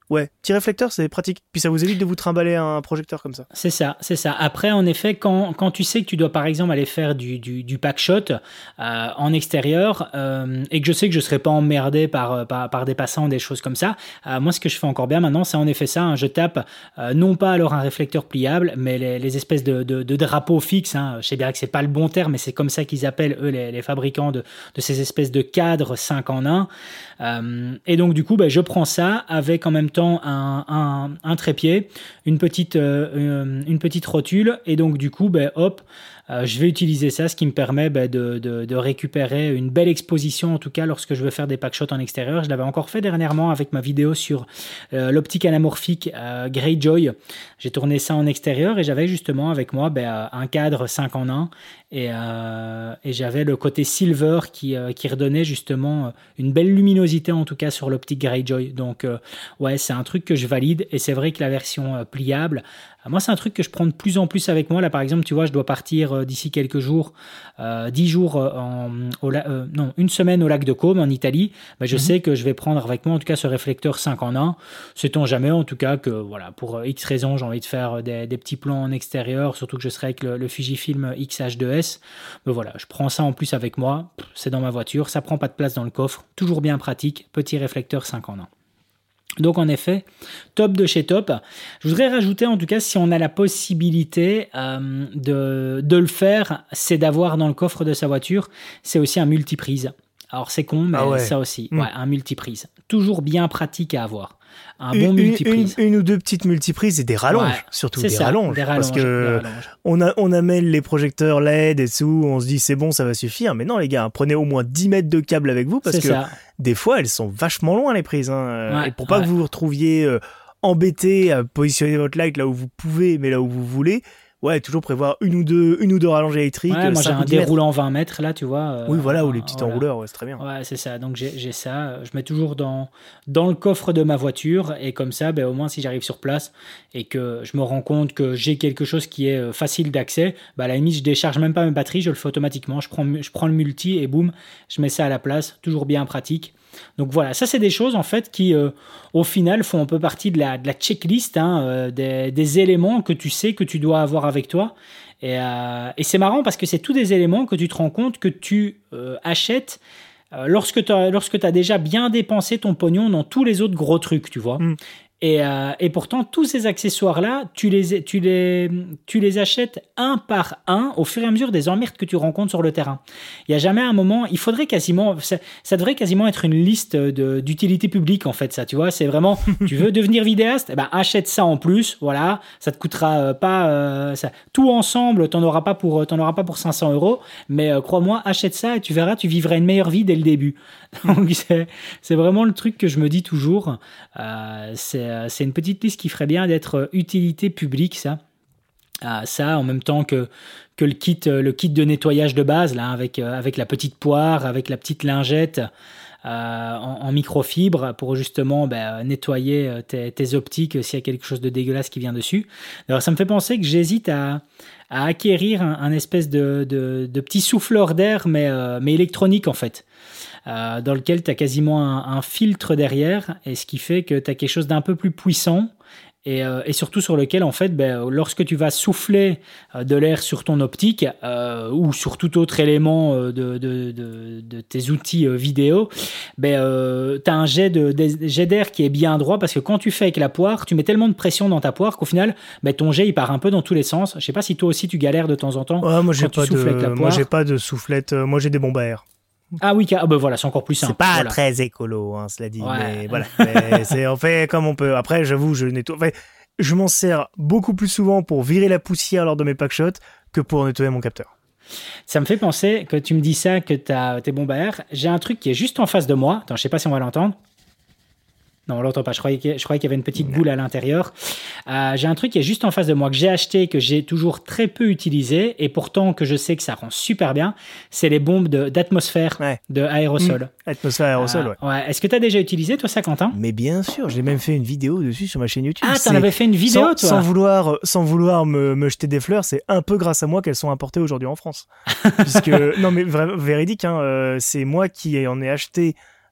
Ouais, petit réflecteur, c'est pratique. Puis ça vous évite de vous trimballer un projecteur comme ça. C'est ça, c'est ça. Après, en effet, quand, quand tu sais que tu dois, par exemple, aller faire du, du, du pack shot euh, en extérieur euh, et que je sais que je ne serai pas emmerdé par, par, par des passants, des choses comme ça, euh, moi, ce que je fais encore bien maintenant, c'est en effet ça. Hein, je tape euh, non pas alors un réflecteur pliable, mais les, les espèces de, de, de drapeaux fixes. Hein. Je sais bien que ce n'est pas le bon terme, mais c'est comme ça qu'ils appellent, eux, les, les fabricants de, de ces espèces de cadres cinq en un. Euh, et donc, du coup, ben, je prends ça avec en même temps un, un, un trépied, une petite, euh, une petite rotule, et donc du coup, ben, hop, euh, je vais utiliser ça, ce qui me permet ben, de, de, de récupérer une belle exposition, en tout cas lorsque je veux faire des packshots en extérieur. Je l'avais encore fait dernièrement avec ma vidéo sur euh, l'optique anamorphique euh, Greyjoy. J'ai tourné ça en extérieur et j'avais justement avec moi ben, un cadre cinq en un et, euh, et j'avais le côté silver qui, euh, qui redonnait justement une belle luminosité en tout cas sur l'optique Greyjoy. Donc euh, ouais, c'est un truc que je valide et c'est vrai que la version euh, pliable, euh, moi c'est un truc que je prends de plus en plus avec moi. Là par exemple, tu vois, je dois partir euh, d'ici quelques jours, euh, dix jours euh, en, au la- euh, non, une semaine au lac de Côme en Italie. Ben, je mm-hmm. sais que je vais prendre avec moi en tout cas ce réflecteur cinq en un. Sait-on jamais en tout cas que voilà, pour euh, X raisons j'ai envie de faire des, des petits plans en extérieur, surtout que je serai avec le, le Fujifilm X H deux S. Mais voilà, je prends ça en plus avec moi, c'est dans ma voiture, ça prend pas de place dans le coffre, toujours bien pratique, petit réflecteur cinq en un. Donc en effet, top de chez top. Je voudrais rajouter en tout cas, si on a la possibilité euh, de, de le faire, c'est d'avoir dans le coffre de sa voiture, c'est aussi un multiprise. Alors c'est con, mais ah ouais. ça aussi, mmh. ouais, un multiprise. Toujours bien pratique à avoir. Un une, bon multiprise. Une, une, une ou deux petites multiprises et des rallonges, ouais, surtout des, ça, rallonges, des rallonges. Parce que on, a, on amène les projecteurs L E D et tout, on se dit c'est bon, ça va suffire. Mais non les gars, prenez au moins dix mètres de câble avec vous parce c'est que ça. Des fois elles sont vachement loin les prises. Hein, ouais, et pour pas ouais. que vous vous retrouviez euh, embêté à positionner votre light là où vous pouvez, mais là où vous voulez. Ouais, toujours prévoir une ou deux, une ou deux rallonges électriques. Ouais, moi j'ai un déroulant vingt mètres là, tu vois. Euh, oui, voilà, ou les petits voilà. enrouleurs, ouais, c'est très bien. Ouais, c'est ça. Donc j'ai, j'ai ça. Je mets toujours dans, dans le coffre de ma voiture et comme ça, ben, au moins si j'arrive sur place et que je me rends compte que j'ai quelque chose qui est facile d'accès, ben, à la limite, je décharge même pas ma batterie, je le fais automatiquement. Je prends, je prends le multi et boum, je mets ça à la place. Toujours bien pratique. Donc voilà, ça c'est des choses en fait qui euh, au final font un peu partie de la, de la checklist, hein, euh, des, des éléments que tu sais que tu dois avoir avec toi et, euh, et c'est marrant parce que c'est tous des éléments que tu te rends compte que tu euh, achètes euh, lorsque tu as lorsque tu as déjà bien dépensé ton pognon dans tous les autres gros trucs, tu vois. Mm. Et, euh, et pourtant, tous ces accessoires-là, tu les, tu, les, tu les achètes un par un au fur et à mesure des emmerdes que tu rencontres sur le terrain. Il n'y a jamais un moment, il faudrait quasiment, ça, ça devrait quasiment être une liste de, d'utilité publique en fait, ça, tu vois. C'est vraiment, tu veux devenir vidéaste, eh ben, achète ça en plus, voilà, ça te coûtera euh, pas, euh, ça, tout ensemble, t'en auras pas pour, t'en auras pas pour cinq cents euros, mais euh, crois-moi, achète ça et tu verras, tu vivras une meilleure vie dès le début. Donc, c'est, c'est vraiment le truc que je me dis toujours, euh, c'est C'est une petite liste qui ferait bien d'être utilité publique, ça. Ah, ça, en même temps que, que le, kit, le kit de nettoyage de base, là, avec, avec la petite poire, avec la petite lingette euh, en, en microfibre pour justement ben, nettoyer tes, tes optiques s'il y a quelque chose de dégueulasse qui vient dessus. Alors, ça me fait penser que j'hésite à, à acquérir un, un espèce de, de, de petit souffleur d'air, mais, euh, mais électronique, en fait. Euh, dans lequel tu as quasiment un, un filtre derrière, et ce qui fait que tu as quelque chose d'un peu plus puissant, et, euh, et surtout sur lequel, en fait, ben, lorsque tu vas souffler euh, de l'air sur ton optique, euh, ou sur tout autre élément euh, de, de, de, de tes outils euh, vidéo, ben, euh, tu as un jet, de, de, jet d'air qui est bien droit, parce que quand tu fais avec la poire, tu mets tellement de pression dans ta poire qu'au final, ben, ton jet il part un peu dans tous les sens. Je sais pas si toi aussi tu galères de temps en temps ouais, moi, j'ai quand pas tu souffles de, avec la poire. Moi j'ai pas de soufflette, moi j'ai des bombes à air. Ah oui, ah ben voilà, c'est encore plus simple. C'est pas voilà. très écolo, hein, cela dit, ouais. mais voilà, mais c'est on fait comme on peut. Après, j'avoue, je nettoie. Enfin, je m'en sers beaucoup plus souvent pour virer la poussière lors de mes packshots que pour nettoyer mon capteur. Ça me fait penser que tu me dis ça, que tu as tes bombes à air. J'ai un truc qui est juste en face de moi. Attends, je sais pas si on va l'entendre. Non, on l'entend pas. Je croyais qu'il y, je croyais qu'il y avait une petite boule à l'intérieur. Euh, j'ai un truc qui est juste en face de moi, que j'ai acheté, que j'ai toujours très peu utilisé, et pourtant que je sais que ça rend super bien. C'est les bombes de, d'atmosphère, ouais. de aérosol. Mmh. Atmosphère aérosol, euh, ouais. ouais. Est-ce que tu as déjà utilisé, toi, ça, Quentin ? Mais bien sûr, j'ai même fait une vidéo dessus sur ma chaîne YouTube. Ah, t'en avais fait une vidéo, sans, toi ? Sans vouloir, sans vouloir me, me jeter des fleurs, c'est un peu grâce à moi qu'elles sont importées aujourd'hui en France. Puisque, non, mais vrai, véridique, hein, euh, c'est moi qui en ai acheté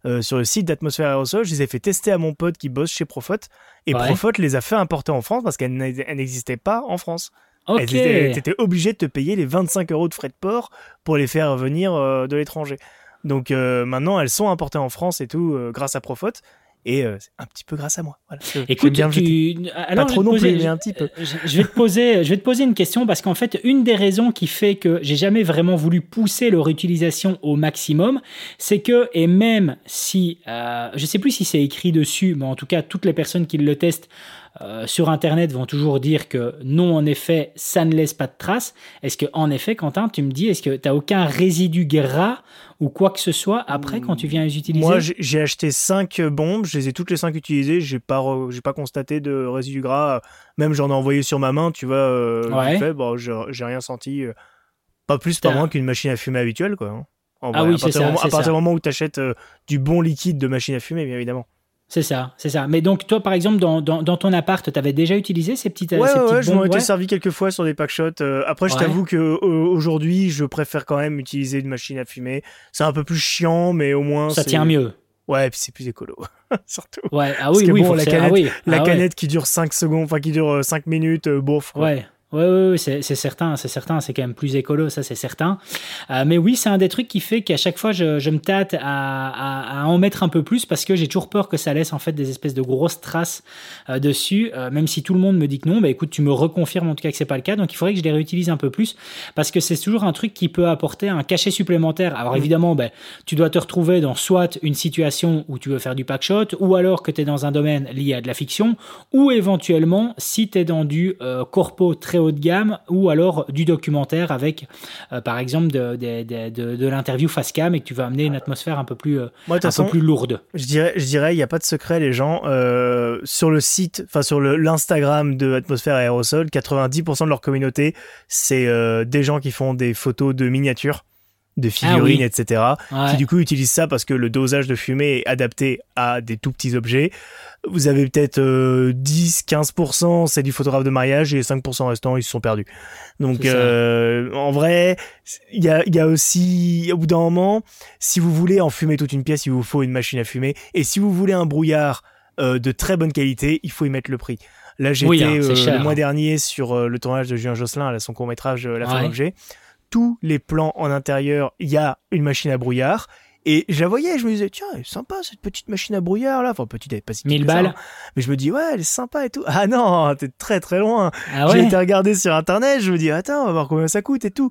euh, sur le site d'Atmosphère Aérosol. Je les ai fait tester à mon pote qui bosse chez Profot. Et Ouais. Profot les a fait importer en France parce qu'elles n'existaient pas en France. Ok. Tu étais obligé de te payer les vingt-cinq euros de frais de port pour les faire venir euh, de l'étranger. Donc euh, maintenant, elles sont importées en France et tout euh, grâce à Profot. Et euh, c'est un petit peu grâce à moi. Voilà. Je, Écoute, bien tu... alors pas trop non poser... plus, mais un petit peu. Je, je vais te poser, je vais te poser une question parce qu'en fait, une des raisons qui fait que j'ai jamais vraiment voulu pousser leur utilisation au maximum, c'est que, et même si, euh, je sais plus si c'est écrit dessus, mais en tout cas, toutes les personnes qui le testent euh, sur Internet vont toujours dire que non, en effet, ça ne laisse pas de traces. Est-ce que, en effet, Quentin, tu me dis, est-ce que tu n'as aucun résidu gras ou quoi que ce soit après quand tu viens les utiliser? Moi, j'ai, j'ai acheté cinq bombes, je les ai toutes les cinq utilisées, j'ai pas, re, j'ai pas constaté de résidus gras. Même j'en ai envoyé sur ma main, tu vois. Euh, ouais. fait, bon, j'ai, j'ai rien senti. Euh, pas plus, pas moins qu'une machine à fumer habituelle, quoi. Hein. En ah vrai, oui, à c'est ça. Moment, c'est à partir ça. du moment où tu achètes euh, du bon liquide de machine à fumer, bien évidemment. C'est ça, c'est ça. Mais donc, toi, par exemple, dans, dans, dans ton appart, tu avais déjà utilisé ces petites, ouais, ces ouais, petites ouais, je m'en bombes, étais ouais servi quelques fois sur des packshots. Euh, après, je ouais. t'avoue qu'aujourd'hui, je préfère quand même utiliser une machine à fumer. C'est un peu plus chiant, mais au moins. Ça c'est... tient mieux. Ouais, et puis c'est plus écolo, surtout. Ouais, ah Parce oui, que oui, bon, la canette, ah oui. la ah canette ouais. qui dure cinq secondes, enfin qui dure cinq minutes, euh, bof. Quoi. Ouais. Ouais, ouais, ouais, c'est, c'est certain, c'est certain, c'est quand même plus écolo, ça c'est certain. Euh, mais oui, c'est un des trucs qui fait qu'à chaque fois, je, je me tâte à, à, à en mettre un peu plus parce que j'ai toujours peur que ça laisse en fait des espèces de grosses traces euh, dessus. Euh, même si tout le monde me dit que non, bah écoute, tu me reconfirmes en tout cas que c'est pas le cas. Donc il faudrait que je les réutilise un peu plus parce que c'est toujours un truc qui peut apporter un cachet supplémentaire. Alors évidemment, bah, tu dois te retrouver dans soit une situation où tu veux faire du packshot ou alors que tu es dans un domaine lié à de la fiction ou éventuellement si tu es dans du euh, corpo très haut de gamme ou alors du documentaire avec euh, par exemple de, de, de, de, de l'interview face cam et que tu veux amener une atmosphère un peu plus, euh, Moi, un façon, peu plus lourde. Je dirais, je dirais, il n'y a pas de secret, les gens. Euh, sur le site, enfin sur le, l'Instagram de Atmosphère Aérosol, quatre-vingt-dix pour cent de leur communauté, c'est euh, des gens qui font des photos de miniatures, de figurines, ah oui. et cetera, ouais. qui du coup utilisent ça parce que le dosage de fumée est adapté à des tout petits objets. Vous avez peut-être euh, dix à quinze pour cent, c'est du photographe de mariage et cinq pour cent restants, ils se sont perdus. Donc, euh, en vrai, il y a, y a aussi, au bout d'un moment, si vous voulez en fumer toute une pièce, il vous faut une machine à fumer. Et si vous voulez un brouillard euh, de très bonne qualité, il faut y mettre le prix. Là, j'étais oui, hein, euh, cher, le mois hein. dernier sur euh, le tournage de Julien Josselin, là, son court-métrage euh, La Femme Objet. Tous les plans en intérieur, il y a une machine à brouillard. Et je la voyais, je me disais, tiens, elle est sympa cette petite machine à brouillard là. Enfin, petite, elle est pas si mille balles. Ça, hein. Mais je me dis, ouais, elle est sympa et tout. Ah non, t'es très très loin. Ah ouais. J'ai été regarder sur internet, je me dis, attends, on va voir combien ça coûte et tout.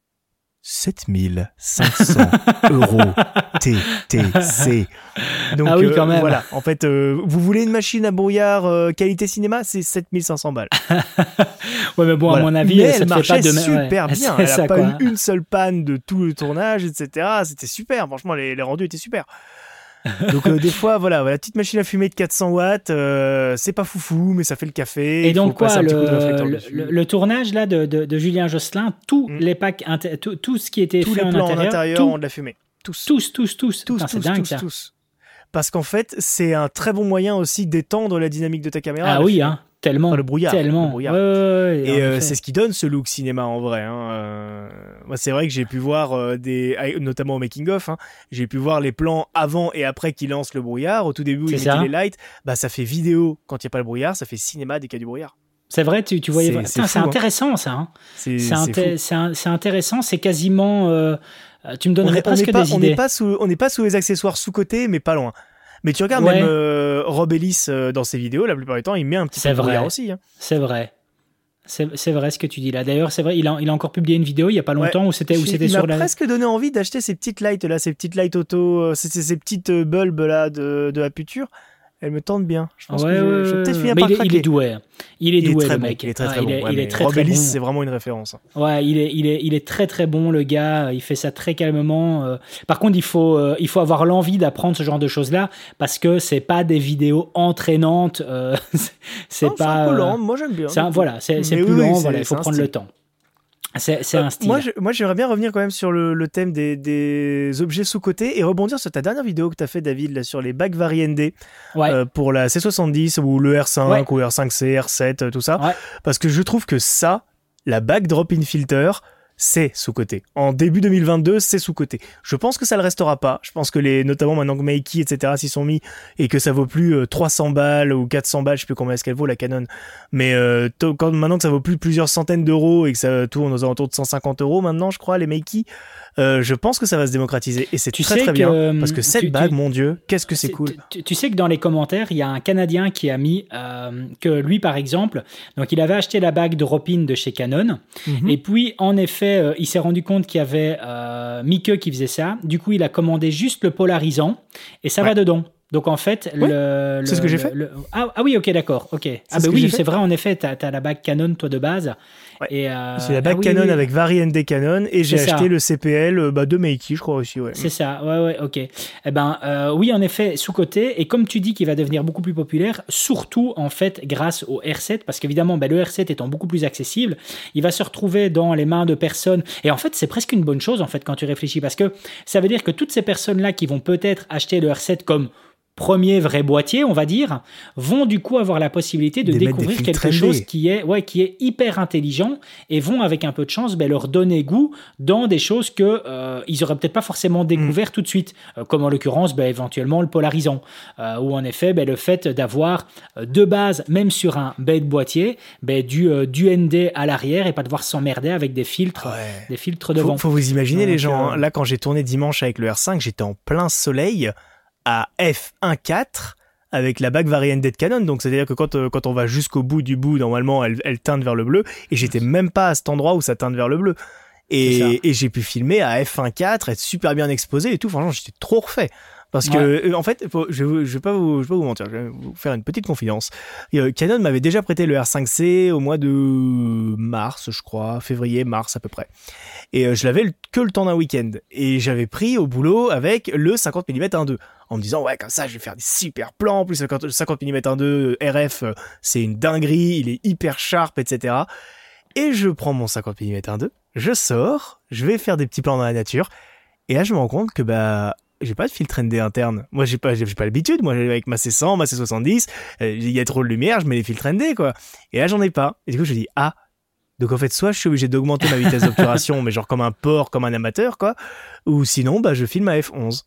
sept mille cinq cents euros T T C. Donc, ah oui, quand même. Euh, voilà. En fait, euh, vous voulez une machine à brouillard euh, qualité cinéma, c'est sept mille cinq cents balles. Ouais, mais bon, voilà. à mon avis, mais ça elle te marchait fait pas de super ouais. bien. Elle ça, a pas quoi. eu une seule panne de tout le tournage, et cetera. C'était super. Franchement, les, les rendus étaient super. Donc euh, des fois, voilà, la petite machine à fumer de quatre cents watts, euh, c'est pas foufou, mais ça fait le café. Et donc quoi, le, le, le, le tournage là de, de, de Julien Josselin, tous mm. les packs, inter- tout, tout ce qui était tous fait les en plans intérieur, en intérieur tout, ont de la fumée. Tous, tous, tous, tous. tous, Putain, tous, c'est dingue tous, ça. tous. Parce qu'en fait, c'est un très bon moyen aussi d'étendre la dynamique de ta caméra. Ah oui, hein. Tellement, enfin, le brouillard, tellement. Le brouillard. Ouais, ouais, ouais, et euh, c'est ce qui donne ce look cinéma en vrai. Hein. Euh, moi, c'est vrai que j'ai pu voir euh, des, notamment au making of, hein, j'ai pu voir les plans avant et après qu'il lance le brouillard. Au tout début, il mettait les lights. Bah, ça fait vidéo quand il n'y a pas le brouillard, ça fait cinéma dès qu'il y a du brouillard. C'est vrai, tu, tu voyais. C'est, c'est, fou, c'est intéressant, hein. ça. Hein. C'est, c'est, c'est, inté- c'est, un, c'est intéressant. C'est quasiment. Euh, tu me donnerais on presque est pas, des on idées. N'est pas sous, on n'est pas sous les accessoires sous-côté, mais pas loin. Mais tu regardes ouais. même euh, Rob Ellis euh, dans ses vidéos, la plupart du temps, il met un petit c'est peu de brouillard vrai. aussi. Hein. C'est vrai. C'est, c'est vrai ce que tu dis là. D'ailleurs, c'est vrai, il a, il a encore publié une vidéo il y a pas longtemps ouais. où c'était, où c'était il sur m'a la. presque donné envie d'acheter ces petites lights là, ces petites lights auto, euh, ces, ces, ces petites bulbes là de, de Aputure. Elle me tente bien. Je pense ouais, que je, ouais, je vais peut-être finir mais par il est, craquer. il est doué. Il est il doué, est très le bon. mec. Il est très très ah, bon. Il est, ouais, il est très, Rob très Ellis, bon. c'est vraiment une référence. Ouais, il est, il est, il est très très bon, le gars. Il fait ça très calmement. Euh, par contre, il faut, euh, il faut avoir l'envie d'apprendre ce genre de choses-là parce que c'est pas des vidéos entraînantes. Euh, c'est non, pas. C'est un peu lent. Moi, j'aime bien. C'est un, voilà, c'est, c'est Mais plus oui, lent. c'est, Voilà, il faut prendre style. le temps. C'est, c'est euh, un style. Moi, je, moi, j'aimerais bien revenir quand même sur le, le thème des, des objets sous-cotés et rebondir sur ta dernière vidéo que tu as fait, David, là, sur les bacs Variende ouais. euh, pour la C soixante-dix ou le R cinq ouais. ou R cinq C, R sept, tout ça. Ouais. Parce que je trouve que ça, la bac drop-in filter, c'est sous-coté. En début deux mille vingt-deux, c'est sous-coté. Je pense que ça le restera pas. Je pense que les, notamment maintenant que Meiki, et cetera, s'y sont mis et que ça vaut plus euh, trois cents balles ou quatre cents balles, je sais plus combien est-ce qu'elle vaut la Canon. Mais euh, t- quand maintenant que ça vaut plus plusieurs centaines d'euros et que ça tourne aux alentours de cent cinquante euros maintenant, je crois, les Meiki, euh, je pense que ça va se démocratiser et c'est tu très sais très que, bien parce que cette tu, bague, tu, mon Dieu, qu'est-ce que c'est, c'est cool. Tu, tu sais que dans les commentaires, il y a un Canadien qui a mis euh, que lui, par exemple, donc il avait acheté la bague drop-in de chez Canon, mm-hmm. et puis en effet, euh, il s'est rendu compte qu'il y avait euh, Mike qui faisait ça. Du coup, il a commandé juste le polarisant et ça ouais. va dedans. Donc en fait, ouais, le, c'est le, ce que j'ai le, fait. Le, ah, ah oui, ok, d'accord, ok. C'est ah bah oui, c'est vrai, en effet, t'as, t'as la bague Canon toi de base. Ouais. Et euh, c'est la bague ah, oui, Canon oui. avec Vari N D Canon et j'ai c'est acheté ça. le C P L bah, de Meiki, je crois aussi. Ouais. C'est ça, ouais, ouais, ok. Eh ben, euh, oui, en effet, sous-coté. Et comme tu dis qu'il va devenir beaucoup plus populaire, surtout en fait grâce au R sept, parce qu'évidemment, ben, le R sept étant beaucoup plus accessible, il va se retrouver dans les mains de personnes. Et en fait, c'est presque une bonne chose en fait quand tu réfléchis, parce que ça veut dire que toutes ces personnes-là qui vont peut-être acheter le R sept comme premier vrai boîtier, on va dire, vont du coup avoir la possibilité de des découvrir quelque chose qui est, ouais, qui est hyper intelligent et vont, avec un peu de chance, ben, leur donner goût dans des choses qu'ils euh, n'auraient peut-être pas forcément découvert mmh. tout de suite, euh, comme en l'occurrence, ben, éventuellement, le polarisant, euh, ou en effet, ben, le fait d'avoir euh, de base, même sur un bête boîtier, ben, du, euh, du N D à l'arrière et pas devoir s'emmerder avec des filtres, ouais. des filtres devant. Faut, faut vous imaginer, donc, les gens, euh... hein, là, quand j'ai tourné dimanche avec le R cinq, j'étais en plein soleil, à f un virgule quatre avec la bague Vari N D de Canon, donc c'est à dire que quand, euh, quand on va jusqu'au bout du bout, normalement elle, elle teinte vers le bleu, et j'étais même pas à cet endroit où ça teinte vers le bleu, et, et j'ai pu filmer à f un virgule quatre, être super bien exposé et tout. Franchement, j'étais trop refait. Parce que, ouais. en fait, je ne vais pas vous, je vais pas vous mentir, je vais vous faire une petite confidence. Euh, Canon m'avait déjà prêté le R cinq C au mois de mars, je crois, février, mars à peu près. Et euh, je l'avais que le temps d'un week-end. Et j'avais pris au boulot avec le cinquante millimètres un point deux. En me disant, ouais, comme ça, je vais faire des super plans. En plus, le cinquante millimètres un point deux R F, c'est une dinguerie, il est hyper sharp, et cetera. Et je prends mon cinquante millimètres un point deux, je sors, je vais faire des petits plans dans la nature. Et là, je me rends compte que, bah, j'ai pas de filtre N D interne. Moi, j'ai pas, j'ai, j'ai pas l'habitude. Moi, avec ma C cent, ma C soixante-dix, euh, il y a trop de lumière, je mets les filtres N D, quoi. Et là, j'en ai pas. Et du coup, je me dis, ah. Donc, en fait, soit je suis obligé d'augmenter ma vitesse d'obturation, mais genre comme un porc, comme un amateur, quoi. Ou sinon, bah, je filme à f onze.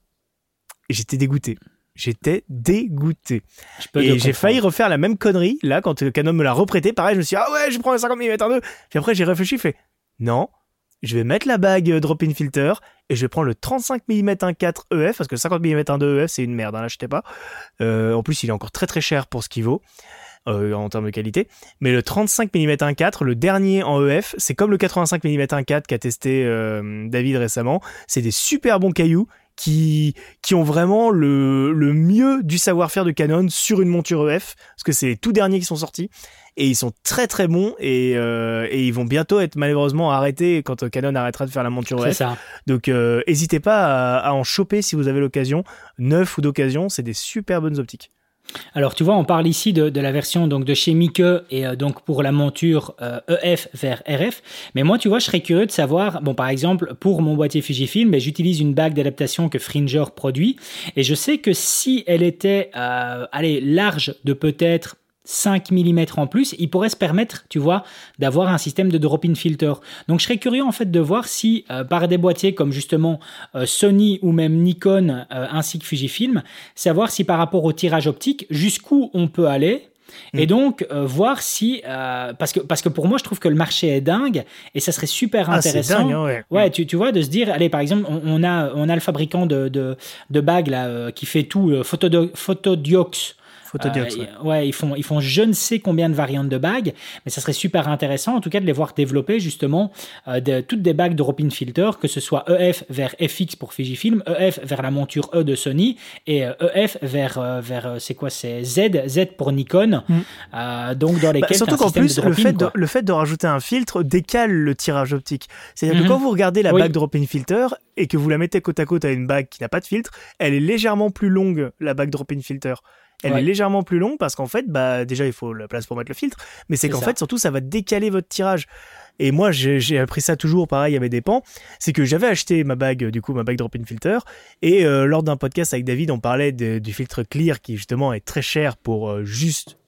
Et j'étais dégoûté. J'étais dégoûté. Je peux et j'ai failli refaire la même connerie, là, quand Canon me l'a reprêté. Pareil, je me suis dit, ah ouais, je prends le cinquante millimètres un point deux. Puis après, j'ai réfléchi, fait, non. Je vais mettre la bague drop-in filter et je vais prendre le trente-cinq millimètres un point quatre E F parce que le cinquante millimètres un point deux E F c'est une merde, hein, l'achetez pas. Euh, en plus, il est encore très très cher pour ce qu'il vaut euh, en termes de qualité. Mais le trente-cinq millimètres un point quatre, le dernier en E F, c'est comme le quatre-vingt-cinq millimètres un point quatre qu'a testé euh, David récemment. C'est des super bons cailloux qui qui ont vraiment le le mieux du savoir-faire de Canon sur une monture E F parce que c'est les tout derniers qui sont sortis. Et ils sont très très bons et, euh, et ils vont bientôt être malheureusement arrêtés quand Canon arrêtera de faire la monture E F. C'est ça. Donc euh, n'hésitez pas à, à en choper si vous avez l'occasion, neuf ou d'occasion, c'est des super bonnes optiques. Alors tu vois, on parle ici de, de la version donc de chez Mike et euh, donc pour la monture euh, E F vers R F. Mais moi, tu vois, je serais curieux de savoir. Bon, par exemple, pour mon boîtier Fujifilm, ben, j'utilise une bague d'adaptation que Fringer produit et je sais que si elle était, euh, allez, large de peut-être cinq millimètres en plus, il pourrait se permettre, tu vois, d'avoir un système de drop-in filter. Donc, je serais curieux, en fait, de voir si, euh, par des boîtiers comme, justement, euh, Sony ou même Nikon, euh, ainsi que Fujifilm, savoir si, par rapport au tirage optique, jusqu'où on peut aller. Mmh. Et donc, euh, voir si... Euh, parce, que, parce que pour moi, je trouve que le marché est dingue et ça serait super ah, intéressant. C'est dingue, hein, ouais. Ouais, tu, tu vois, de se dire... Allez, par exemple, on, on, a, on a le fabricant de, de, de bagues là, euh, qui fait tout, euh, Photodo- Photodiox. Photodiox, euh, ouais. ouais, ils font, ils font je ne sais combien de variantes de bagues, mais ça serait super intéressant, en tout cas, de les voir développer justement euh, de, toutes des bagues drop-in filter, que ce soit E F vers F X pour Fujifilm, E F vers la monture E de Sony et euh, E F vers, euh, vers euh, c'est quoi, c'est Z, Z pour Nikon. Mm. Euh, donc dans lesquels bah, surtout qu'en plus, le fait, de, le fait de rajouter un filtre décale le tirage optique. C'est-à-dire mm-hmm. que quand vous regardez la oui. bague drop-in filter et que vous la mettez côte à côte à une bague qui n'a pas de filtre, elle est légèrement plus longue, la bague drop-in filter. Elle ouais. est légèrement plus longue parce qu'en fait, bah, déjà, il faut la place pour mettre le filtre, mais c'est, c'est qu'en ça. fait, surtout, ça va décaler votre tirage. Et moi, j'ai, j'ai appris ça toujours, pareil, à mes dépens. C'est que j'avais acheté ma bague, du coup, ma bague drop-in filter. Et euh, lors d'un podcast avec David, on parlait de, du filtre clear qui, justement, est très cher pour euh, juste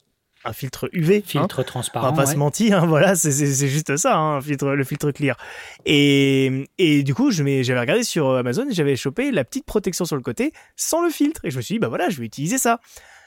un filtre U V. Filtre hein. transparent. On va pas ouais. se mentir, hein, voilà, c'est, c'est, c'est juste ça, hein, filtre, le filtre clear. Et, et du coup, je m'ai, j'avais regardé sur Amazon et j'avais chopé la petite protection sur le côté sans le filtre. Et je me suis dit, bah voilà, je vais utiliser ça.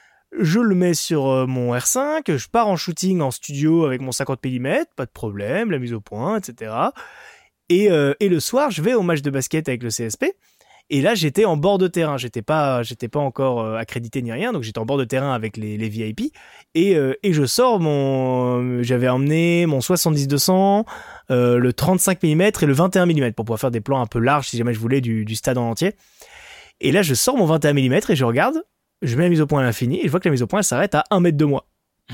Je le mets sur mon R cinq, je pars en shooting en studio avec mon cinquante millimètres, pas de problème, la mise au point, et cetera. Et, euh, et le soir, je vais au match de basket avec le C S P. Et là, j'étais en bord de terrain. J'étais pas, j'étais pas encore euh, accrédité ni rien, donc j'étais en bord de terrain avec les, les V I P. Et, euh, et je sors mon, j'avais emmené mon soixante-dix deux cents, euh, le trente-cinq millimètres et le vingt et un millimètres pour pouvoir faire des plans un peu larges si jamais je voulais du, du stade en entier. Et là, je sors mon vingt et un millimètres et je regarde. Je mets la mise au point à l'infini et je vois que la mise au point elle s'arrête à un mètre de moi.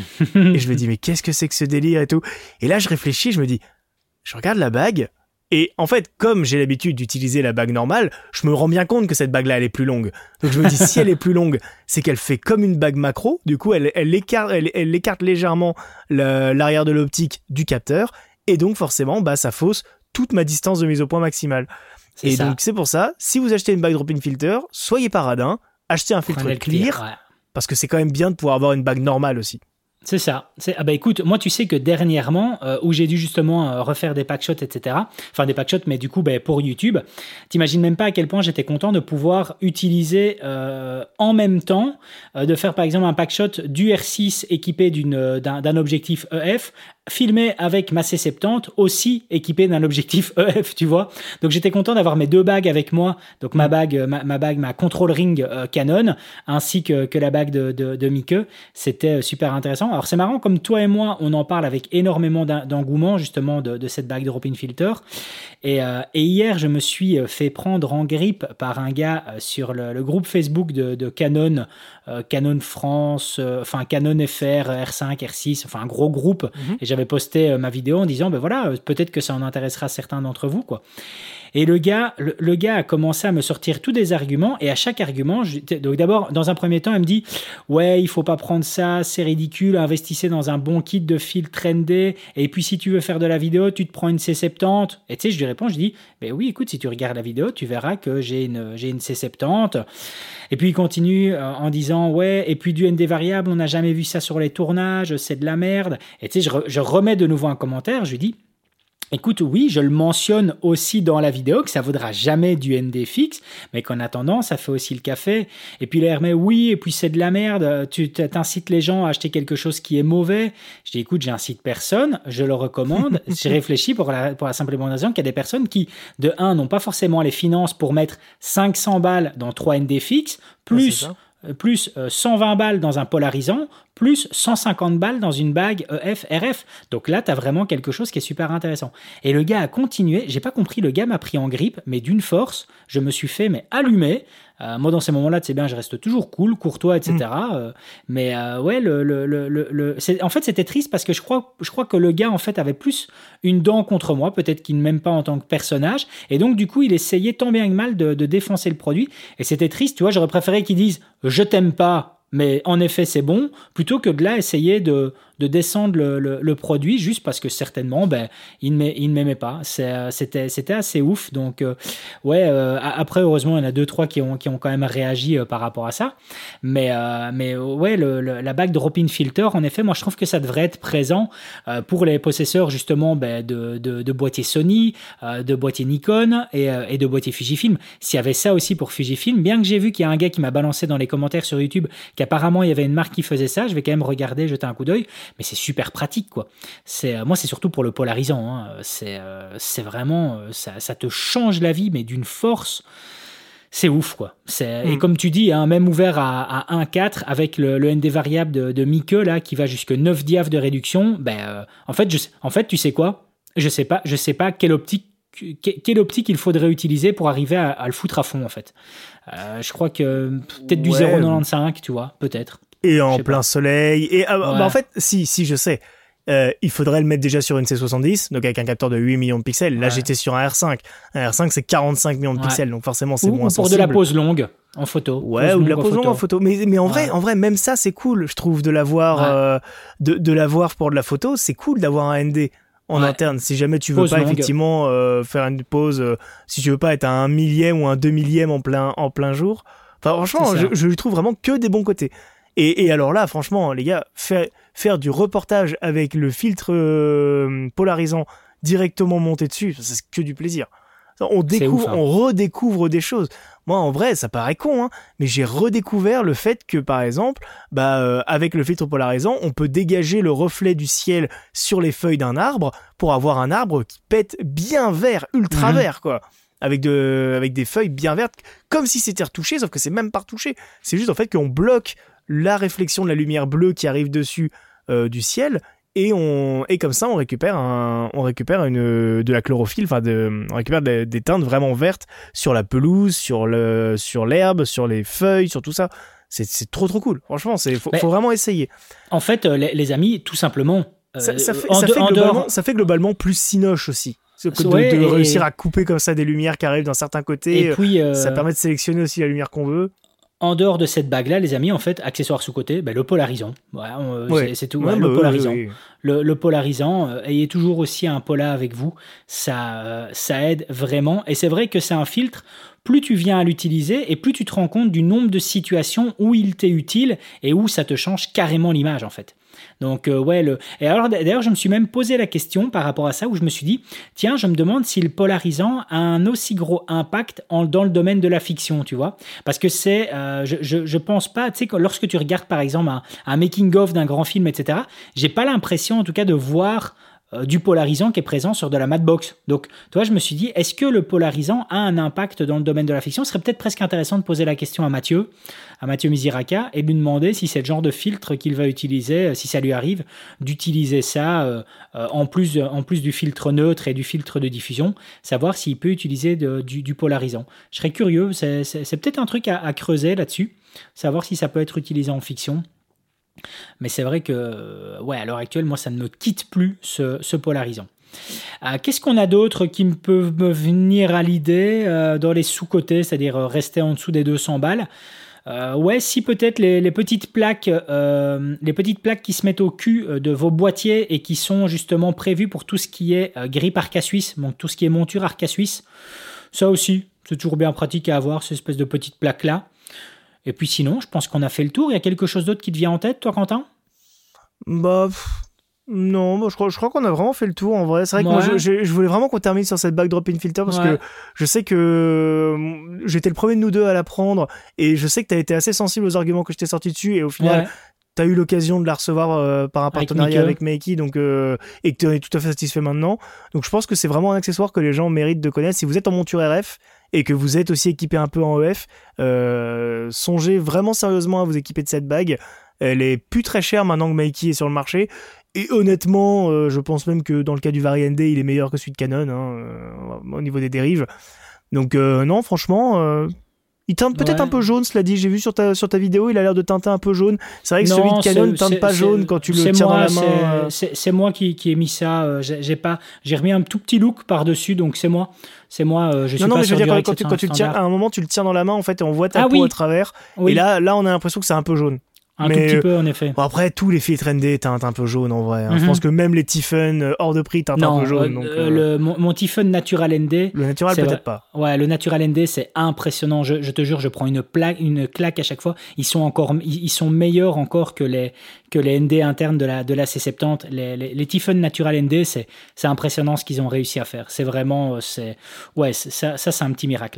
Et je me dis mais qu'est-ce que c'est que ce délire et tout. Et là je réfléchis, je me dis, je regarde la bague et en fait comme j'ai l'habitude d'utiliser la bague normale, je me rends bien compte que cette bague là elle est plus longue. Donc je me dis si elle est plus longue, c'est qu'elle fait comme une bague macro. Du coup elle, elle, écarte, elle, elle écarte légèrement la, l'arrière de l'optique du capteur et donc forcément bah ça fausse toute ma distance de mise au point maximale. C'est et ça. Donc c'est pour ça, si vous achetez une bague drop-in filter, soyez pas radin. Acheter un filtre clear, clear ouais. Parce que c'est quand même bien de pouvoir avoir une bague normale aussi. C'est ça. C'est, ah bah écoute, moi tu sais que dernièrement, euh, où j'ai dû justement euh, refaire des packshots, et cetera. Enfin des packshots, mais du coup bah, pour YouTube, t'imagines même pas à quel point j'étais content de pouvoir utiliser euh, en même temps, euh, de faire par exemple un packshot du R six équipé d'une, d'un, d'un objectif E F, filmé avec ma C soixante-dix, aussi équipé d'un objectif E F, tu vois. Donc j'étais content d'avoir mes deux bagues avec moi, donc ma bague, ma, ma bague, ma control ring euh, Canon, ainsi que, que la bague de, de, de Mieke. C'était super intéressant. Alors c'est marrant, comme toi et moi, on en parle avec énormément d'engouement justement de, de cette bague drop-in filter. Et, euh, et hier, je me suis fait prendre en grippe par un gars sur le, le groupe Facebook de, de Canon, euh, Canon France, euh, enfin Canon F R, R cinq, R six, enfin un gros groupe. Mm-hmm. Et j'avais posté euh, ma vidéo en disant, ben voilà, peut-être que ça en intéressera certains d'entre vous, quoi. Et le gars, le, le gars a commencé à me sortir tous des arguments et à chaque argument, je, donc d'abord, dans un premier temps, il me dit « Ouais, il faut pas prendre ça, c'est ridicule, investissez dans un bon kit de fil trendé et puis si tu veux faire de la vidéo, tu te prends une C soixante-dix. » Et tu sais, je lui réponds, je dis « Ben oui, écoute, si tu regardes la vidéo, tu verras que j'ai une, j'ai une C soixante-dix. » Et puis il continue euh, en disant « Ouais, et puis du N D variable, on n'a jamais vu ça sur les tournages, c'est de la merde. » Et tu sais, je, re, je remets de nouveau un commentaire, je lui dis écoute, oui, je le mentionne aussi dans la vidéo que ça vaudra jamais du N D fixe, mais qu'en attendant, ça fait aussi le café. Et puis là, il remet oui, et puis c'est de la merde, tu t'incites les gens à acheter quelque chose qui est mauvais. Je dis écoute, j'incite personne, je le recommande. J'ai réfléchi pour la, pour la simple et bonne raison qu'il y a des personnes qui, de un, n'ont pas forcément les finances pour mettre cinq cents balles dans trois N D fixes, plus... Ah, plus euh, cent vingt balles dans un polarisant, plus cent cinquante balles dans une bague E F, R F. Donc là, tu as vraiment quelque chose qui est super intéressant. Et le gars a continué, j'ai pas compris, le gars m'a pris en grippe, mais d'une force, je me suis fait mais allumer. Euh, moi, dans ces moments-là, tu sais bien, je reste toujours cool, courtois, et cetera. Mmh. Euh, mais euh, ouais, le, le, le, le, le c'est, en fait, c'était triste parce que je crois, je crois que le gars, en fait, avait plus une dent contre moi, peut-être qu'il ne m'aime pas en tant que personnage. Et donc, du coup, il essayait tant bien que mal de, de défoncer le produit. Et c'était triste, tu vois, j'aurais préféré qu'il dise « je t'aime pas ». Mais en effet, c'est bon, plutôt que de là essayer de, de descendre le, le, le produit juste parce que certainement, ben, il ne il m'aimait pas. C'est, c'était, c'était assez ouf. Donc, euh, ouais, euh, après, heureusement, il y en a deux, trois qui ont, qui ont quand même réagi euh, par rapport à ça. Mais, euh, mais ouais, le, le, la bague drop-in filter, en effet, moi, je trouve que ça devrait être présent euh, pour les possesseurs, justement, ben, de, de, de boîtiers Sony, euh, de boîtiers Nikon et, euh, et de boîtiers Fujifilm. S'il y avait ça aussi pour Fujifilm, bien que j'ai vu qu'il y a un gars qui m'a balancé dans les commentaires sur YouTube qu'apparemment, il y avait une marque qui faisait ça, je vais quand même regarder, jeter un coup d'œil. Mais c'est super pratique, quoi. C'est, moi, c'est surtout pour le polarisant. Hein. C'est, euh, c'est vraiment... Ça, ça te change la vie, mais d'une force... C'est ouf, quoi. C'est, mmh. Et comme tu dis, hein, même ouvert à, à un virgule quatre avec le, le N D variable de, de Mieke, là, qui va jusqu'à neuf diaphes de réduction, ben, euh, en, fait, je, en fait, tu sais quoi ? Je sais pas, je sais pas quelle optique, quelle optique il faudrait utiliser pour arriver à, à le foutre à fond, en fait. Euh, je crois que peut-être du ouais. zéro virgule quatre-vingt-quinze, tu vois, peut-être. Et en plein pas. soleil. Et euh, ouais. bah en fait, si, si, je sais. Euh, il faudrait le mettre déjà sur une C soixante-dix, donc avec un capteur de huit millions de pixels. Là, ouais. j'étais sur un R cinq. Un R cinq, c'est quarante-cinq millions de ouais. pixels, donc forcément, c'est ou, moins ou pour sensible. de la pose longue en photo. Ouais, pose ou de la pose longue en photo. Mais, mais en, ouais. vrai, en vrai, même ça, c'est cool, je trouve, de l'avoir, ouais. euh, de, de l'avoir pour de la photo. C'est cool d'avoir un N D en ouais. interne. Si jamais tu veux pose pas longue. effectivement euh, faire une pause, euh, si tu veux pas être à un millième ou un deux millième en plein, en plein jour. Enfin, franchement, je, je lui trouve vraiment que des bons côtés. Et, et alors là, franchement, les gars, faire, faire du reportage avec le filtre euh, polarisant directement monté dessus, c'est que du plaisir. On découvre, ouf, hein. on redécouvre des choses. Moi, en vrai, ça paraît con, hein, mais j'ai redécouvert le fait que, par exemple, bah, euh, avec le filtre polarisant, on peut dégager le reflet du ciel sur les feuilles d'un arbre pour avoir un arbre qui pète bien vert, ultra mmh. vert, quoi. Avec, de, avec des feuilles bien vertes, comme si c'était retouché, sauf que c'est même pas retouché. C'est juste en fait qu'on bloque la réflexion de la lumière bleue qui arrive dessus euh, du ciel. Et, on, et comme ça, on récupère, un, on récupère une, de la chlorophylle, enfin, de, on récupère des, des teintes vraiment vertes sur la pelouse, sur, le, sur l'herbe, sur les feuilles, sur tout ça. C'est, c'est trop trop cool. Franchement, il faut, faut vraiment essayer. En fait, les, les amis, tout simplement. Euh, ça, ça, fait, ça, de, fait globalement, dehors... ça fait globalement plus cinoche aussi. De, ouais, de, de réussir à couper comme ça des lumières qui arrivent d'un certain côté. Et puis, euh... ça permet de sélectionner aussi la lumière qu'on veut. En dehors de cette bague-là, les amis, en fait, accessoire sous-côté, ben, le polarisant. Ouais, on, ouais. c'est, c'est tout. Ouais, ouais, le bah, polarisant. Oui, oui. Le, le polarisant, euh, ayez toujours aussi un pola avec vous. Ça, euh, ça aide vraiment. Et c'est vrai que c'est un filtre. Plus tu viens à l'utiliser et plus tu te rends compte du nombre de situations où il t'est utile et où ça te change carrément l'image, en fait. Donc, euh, ouais, le... et alors d'ailleurs, je me suis même posé la question par rapport à ça, où je me suis dit, tiens, je me demande si le polarisant a un aussi gros impact en, dans le domaine de la fiction, tu vois. Parce que c'est, euh, je, je, je pense pas, tu sais, que lorsque tu regardes par exemple un, un making-of d'un grand film, et cetera, j'ai pas l'impression en tout cas de voir euh, du polarisant qui est présent sur de la matbox. Donc, tu vois, je me suis dit, est-ce que le polarisant a un impact dans le domaine de la fiction ? Ce serait peut-être presque intéressant de poser la question à Mathieu, à Mathieu Misiraka, et de lui demander si c'est le genre de filtre qu'il va utiliser, si ça lui arrive d'utiliser ça euh, euh, en, plus, en plus du filtre neutre et du filtre de diffusion, savoir s'il peut utiliser de, du, du polarisant. Je serais curieux, c'est, c'est, c'est peut-être un truc à, à creuser là-dessus, savoir si ça peut être utilisé en fiction. Mais c'est vrai que, ouais, à l'heure actuelle, moi, ça ne me quitte plus, ce, ce polarisant. Euh, qu'est-ce qu'on a d'autre qui me peut me venir à l'idée euh, dans les sous-côtés, c'est-à-dire euh, rester en dessous des deux cents balles ? Euh, ouais, si peut-être les, les petites plaques, euh, les petites plaques qui se mettent au cul de vos boîtiers et qui sont justement prévues pour tout ce qui est euh, grip Arca Suisse, donc tout ce qui est monture Arca Suisse, ça aussi, c'est toujours bien pratique à avoir, ces espèces de petites plaques-là. Et puis sinon, je pense qu'on a fait le tour. Il y a quelque chose d'autre qui te vient en tête, toi, Quentin ? Bah... Pff... Non, bah, je crois, je crois qu'on a vraiment fait le tour en vrai. C'est vrai que ouais. moi, je, je, je voulais vraiment qu'on termine sur cette bague drop-in filter parce ouais. que je sais que j'étais le premier de nous deux à la prendre et je sais que tu as été assez sensible aux arguments que je t'ai sortis dessus et au final, ouais. tu as eu l'occasion de la recevoir euh, par un partenariat avec Makey donc, euh, et que tu es tout à fait satisfait maintenant. Donc je pense que c'est vraiment un accessoire que les gens méritent de connaître. Si vous êtes en monture R F et que vous êtes aussi équipé un peu en E F, euh, songez vraiment sérieusement à vous équiper de cette bague. Elle est plus très chère maintenant que Makey est sur le marché. Et honnêtement, euh, je pense même que dans le cas du Vari N D, il est meilleur que celui de Canon hein, euh, au niveau des dérives. Donc euh, non, franchement, euh, il teinte peut-être ouais. un peu jaune, cela dit. J'ai vu sur ta, sur ta vidéo, il a l'air de teinter un peu jaune. C'est vrai que non, celui de Canon ne teinte pas c'est, jaune quand tu le tiens moi, dans la main. C'est, euh... c'est, c'est moi qui, qui ai mis ça. J'ai, j'ai, pas, j'ai remis un tout petit look par-dessus, donc c'est moi. C'est moi, euh, je non, suis non, pas mais je veux dire, quand, quand, tu, quand tu le tiens, à un moment, tu le tiens dans la main, en fait, et on voit ta ah, peau oui. à travers. Oui. Et là, là, on a l'impression que c'est un peu jaune. Un mais tout petit peu, en effet. Bon, après, tous les filtres N D teintent un peu jaune, en vrai. Hein. Mm-hmm. Je pense que même les Tiffen euh, hors de prix teintent non, un peu jaune. Euh, donc, euh, le, mon, mon Tiffen Natural N D... Le Natural, peut-être vrai. pas. Ouais, le Natural N D, c'est impressionnant. Je, je te jure, je prends une, plaque, une claque à chaque fois. Ils sont, encore, ils sont meilleurs encore que les, que les N D internes de la, de la C soixante-dix. Les, les, les Tiffen Natural N D, c'est, c'est impressionnant ce qu'ils ont réussi à faire. C'est vraiment... C'est, ouais, c'est, ça, ça, c'est un petit miracle.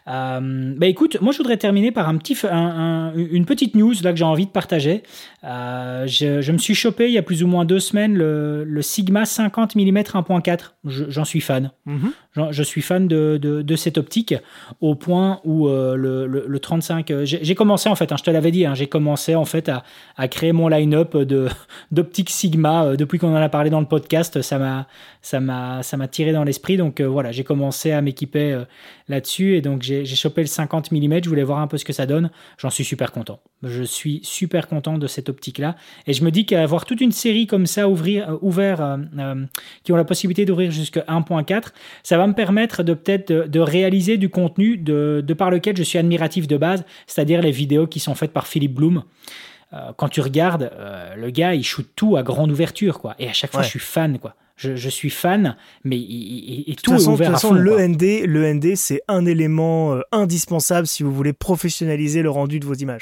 Euh, bah, écoute, moi, je voudrais terminer par un petit, un, un, une petite news là, que j'ai envie de partager. Euh, je, je me suis chopé il y a plus ou moins deux semaines le, le Sigma cinquante millimètres un point quatre. Je, j'en suis fan. Mm-hmm. J'en, je suis fan de, de, de cette optique au point où euh, le, le, le trente-cinq... Euh, j'ai, j'ai commencé en fait, hein, je te l'avais dit, hein, j'ai commencé en fait à, à créer mon line-up de, d'optique Sigma. Euh, depuis qu'on en a parlé dans le podcast, ça m'a, ça m'a, ça m'a tiré dans l'esprit. Donc euh, voilà, j'ai commencé à m'équiper euh, là-dessus et donc j'ai, j'ai chopé le cinquante millimètres. Je voulais voir un peu ce que ça donne. J'en suis super content. Je suis super content de cette optique-là. Et je me dis qu'avoir toute une série comme ça ouvrir, euh, ouvert, euh, euh, qui ont la possibilité d'ouvrir jusqu'à un point quatre, ça va me permettre de peut-être de, de réaliser du contenu de, de par lequel je suis admiratif de base, c'est-à-dire les vidéos qui sont faites par Philippe Bloom. Euh, quand tu regardes, euh, le gars, il shoot tout à grande ouverture, quoi. Et à chaque fois, ouais. je suis fan, quoi. Je, je suis fan, mais il, il, il, tout est façon, ouvert de toute à façon, fond. Le quoi. N D, le N D, c'est un élément euh, indispensable si vous voulez professionnaliser le rendu de vos images.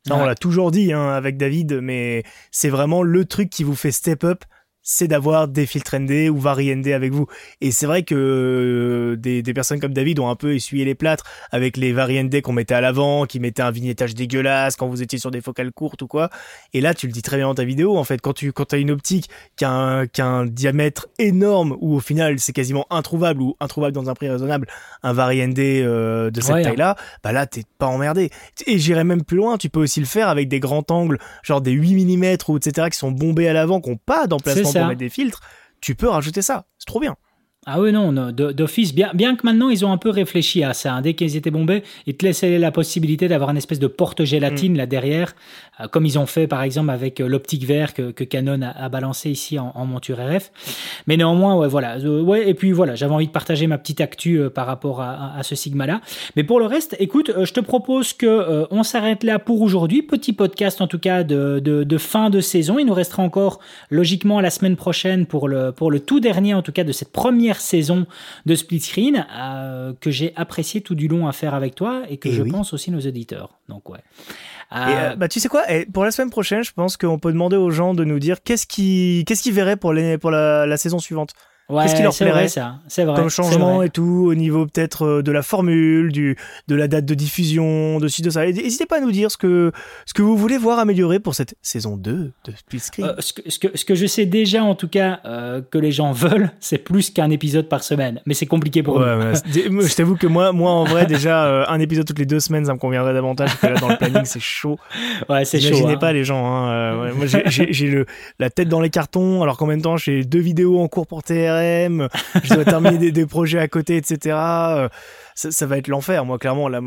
Ça, ouais. On l'a toujours dit hein, avec David, mais c'est vraiment le truc qui vous fait step up, c'est d'avoir des filtres N D ou vari N D avec vous. Et c'est vrai que euh, des, des personnes comme David ont un peu essuyé les plâtres avec les vari N D qu'on mettait à l'avant, qui mettaient un vignettage dégueulasse quand vous étiez sur des focales courtes ou quoi. Et là, tu le dis très bien dans ta vidéo, en fait, quand tu quand t'as une optique qui a, un, qui a un diamètre énorme, où au final c'est quasiment introuvable ou introuvable dans un prix raisonnable, un vari N D euh, de cette ouais, taille-là, bah là t'es pas emmerdé. Et j'irais même plus loin, tu peux aussi le faire avec des grands angles, genre des huit millimètres ou et cetera qui sont bombés à l'avant, qui n'ont pas d'emplacement pour mettre des filtres, tu peux rajouter ça, c'est trop bien. Ah oui, non, non d'office, bien, bien que maintenant ils ont un peu réfléchi à ça. Hein. Dès qu'ils étaient bombés, ils te laissaient la possibilité d'avoir une espèce de porte gélatine mmh. là derrière, euh, comme ils ont fait par exemple avec euh, l'optique vert que, que Canon a, a balancé ici en, en monture R F. Mais néanmoins, ouais, voilà. Euh, ouais, et puis voilà, j'avais envie de partager ma petite actu euh, par rapport à, à, à ce Sigma-là. Mais pour le reste, écoute, euh, je te propose que euh, on s'arrête là pour aujourd'hui. Petit podcast en tout cas de, de, de fin de saison. Il nous restera encore logiquement la semaine prochaine pour le, pour le tout dernier en tout cas de cette première saison de split screen euh, que j'ai apprécié tout du long à faire avec toi et que et je oui. pense aussi nos auditeurs. Donc ouais. Euh... Et euh, bah tu sais quoi, et pour la semaine prochaine, je pense qu'on peut demander aux gens de nous dire qu'est-ce qu'ils qu'est-ce qu'ils verraient pour les pour la, la saison suivante. Ouais, qu'est-ce qui leur c'est plairait vrai, ça. C'est vrai, comme changement vrai. et tout au niveau peut-être de la formule, du de la date de diffusion, de ci de ça. N'hésitez pas à nous dire ce que ce que vous voulez voir améliorer pour cette saison deux de Split Screen. Euh, ce, que, ce que ce que je sais déjà en tout cas euh, que les gens veulent, c'est plus qu'un épisode par semaine, mais c'est compliqué pour ouais, nous. Ouais, je t'avoue que moi moi en vrai déjà euh, un épisode toutes les deux semaines ça me conviendrait davantage parce que là dans le planning c'est chaud. Ouais, c'est Imaginez chaud. Imaginez pas hein. les gens hein. Euh, ouais, moi j'ai j'ai, j'ai le la tête dans les cartons alors qu'en même temps j'ai deux vidéos en cours pour T R M. Je dois terminer des, des projets à côté, et cetera. Ça, ça va être l'enfer. Moi, clairement, la,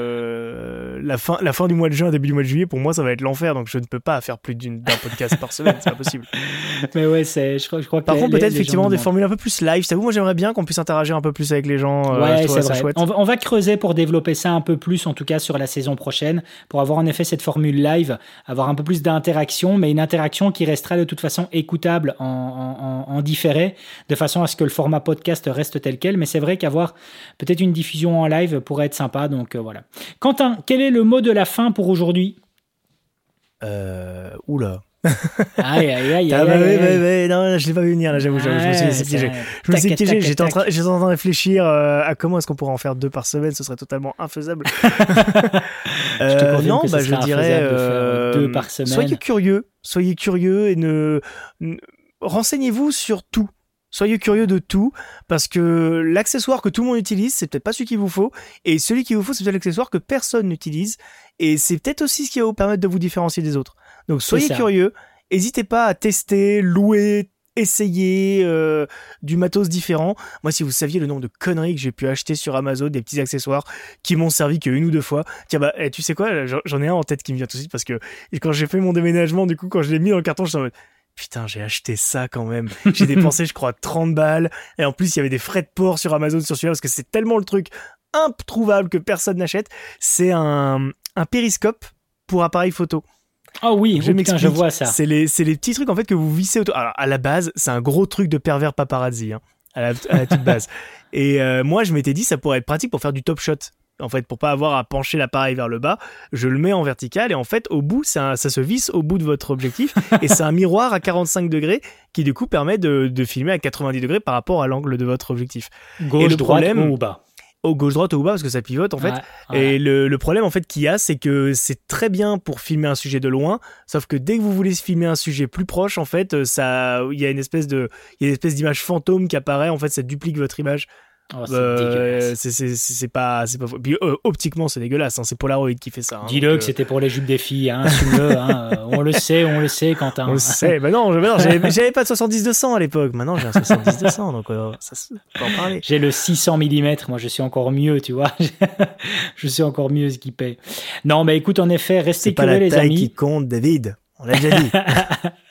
euh, la, fin, la fin du mois de juin, début du mois de juillet, pour moi, ça va être l'enfer. Donc, je ne peux pas faire plus d'une, d'un podcast par semaine. C'est pas possible. Mais ouais, c'est, je crois, je crois que Par les, contre, peut-être les, effectivement les des formules un peu plus live. Je t'avoue, moi, j'aimerais bien qu'on puisse interagir un peu plus avec les gens. Ouais, euh, c'est vrai. Chouette. On va, on va creuser pour développer ça un peu plus, en tout cas sur la saison prochaine, pour avoir en effet cette formule live, avoir un peu plus d'interaction, mais une interaction qui restera de toute façon écoutable en, en, en, en différé, de façon à ce que le format podcast reste tel quel. Mais c'est vrai qu'avoir peut-être une diffusion en live pourrait être sympa, donc euh, voilà. Quentin, quel est le mot de la fin pour aujourd'hui ? Euh... Oula. Aïe, aïe, aïe, ah, bah, aïe, oui, aïe. oui, oui, non, je l'ai pas vu venir, là, j'avoue, j'avoue, je me suis laissé piéger. Je me suis piégé, j'étais en train, j'étais en train de réfléchir euh, à comment est-ce qu'on pourrait en faire deux par semaine, ce serait totalement infaisable. euh, je non, bah, je dirais, euh, deux par semaine. Soyez curieux, soyez curieux et ne, ne... renseignez-vous sur tout. Soyez curieux de tout, parce que l'accessoire que tout le monde utilise, c'est peut-être pas celui qu'il vous faut, et celui qu'il vous faut, c'est peut-être l'accessoire que personne n'utilise, et c'est peut-être aussi ce qui va vous permettre de vous différencier des autres. Donc soyez curieux, n'hésitez pas à tester, louer, essayer euh, du matos différent. Moi, si vous saviez le nombre de conneries que j'ai pu acheter sur Amazon, des petits accessoires qui m'ont servi qu'une ou deux fois. Tiens, bah, tu sais quoi, j'en ai un en tête qui me vient tout de suite, parce que quand j'ai fait mon déménagement, du coup, quand je l'ai mis dans le carton, je suis en mode... Putain, j'ai acheté ça quand même. J'ai dépensé, je crois, trente balles. Et en plus, il y avait des frais de port sur Amazon sur celui-là parce que c'est tellement le truc introuvable que personne n'achète. C'est un, un périscope pour appareil photo. Oh oui, je, oh putain, je vois ça. C'est les, c'est les petits trucs en fait que vous vissez autour. Alors, à la base, c'est un gros truc de pervers paparazzi, hein, à, la, à la toute base. Et euh, moi, je m'étais dit, ça pourrait être pratique pour faire du top shot. En fait, pour pas avoir à pencher l'appareil vers le bas, je le mets en vertical et en fait, au bout, ça, ça se visse au bout de votre objectif et c'est un miroir à quarante-cinq degrés qui du coup permet de, de filmer à quatre-vingt-dix degrés par rapport à l'angle de votre objectif. Gauche, et le droite problème, ou bas. Au gauche, droite ou au bas parce que ça pivote en fait. Ouais, ouais. Et le, le problème en fait qu'il y a, c'est que c'est très bien pour filmer un sujet de loin, sauf que dès que vous voulez filmer un sujet plus proche, en fait, ça, il y a une espèce de, il y a une espèce d'image fantôme qui apparaît. En fait, ça duplique votre image. Oh, c'est euh, c'est, c'est, c'est pas, c'est pas. Puis euh, optiquement, c'est dégueulasse. Hein, c'est Polaroid qui fait ça. Hein, Dis-le donc, que euh... c'était pour les jupes des filles. Hein, assume-le. Hein, on le sait, on le sait, Quentin. On le sait. Ben non, je, ben non j'avais, j'avais pas de soixante-dix deux cents à l'époque. Maintenant, j'ai un soixante-dix deux cents, donc euh, ça se peut en parler. J'ai le six cents millimètres. Moi, je suis encore mieux, tu vois. Je suis encore mieux équipé. Non, mais écoute, en effet, restez c'est curieux, les amis. C'est pas la taille qui compte, David. On l'a déjà dit.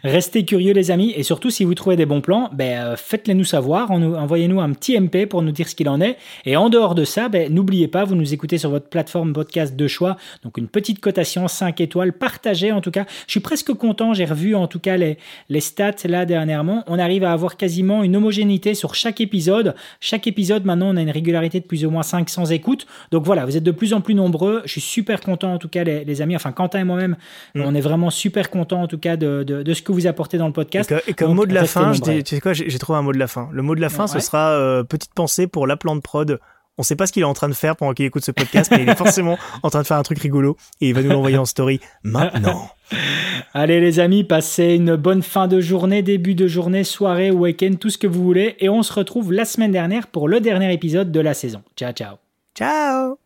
Restez curieux les amis, et surtout si vous trouvez des bons plans, ben, euh, faites-les nous savoir, en nous, envoyez-nous un petit M P pour nous dire ce qu'il en est. Et en dehors de ça, ben, n'oubliez pas, vous nous écoutez sur votre plateforme podcast de choix, donc une petite cotation cinq étoiles, partagez en tout cas. Je suis presque content, j'ai revu en tout cas les, les stats là dernièrement. On arrive à avoir quasiment une homogénéité sur chaque épisode. Chaque épisode maintenant, on a une régularité de plus ou moins cinq cents écoutes. Donc voilà, vous êtes de plus en plus nombreux. Je suis super content en tout cas les, les amis, enfin Quentin et moi-même, mm. on est vraiment super content en tout cas de, de, de ce que vous apportez dans le podcast. Et, que, et comme donc, mot de la fin, je dis, tu sais quoi, j'ai, j'ai trouvé un mot de la fin. Le mot de la fin, ouais. ce sera euh, petite pensée pour la plante prod. On sait pas ce qu'il est en train de faire pendant qu'il écoute ce podcast, mais il est forcément en train de faire un truc rigolo et il va nous l'envoyer en story maintenant. Allez les amis, passez une bonne fin de journée, début de journée, soirée, week-end, tout ce que vous voulez, et on se retrouve la semaine dernière pour le dernier épisode de la saison. Ciao, ciao. Ciao.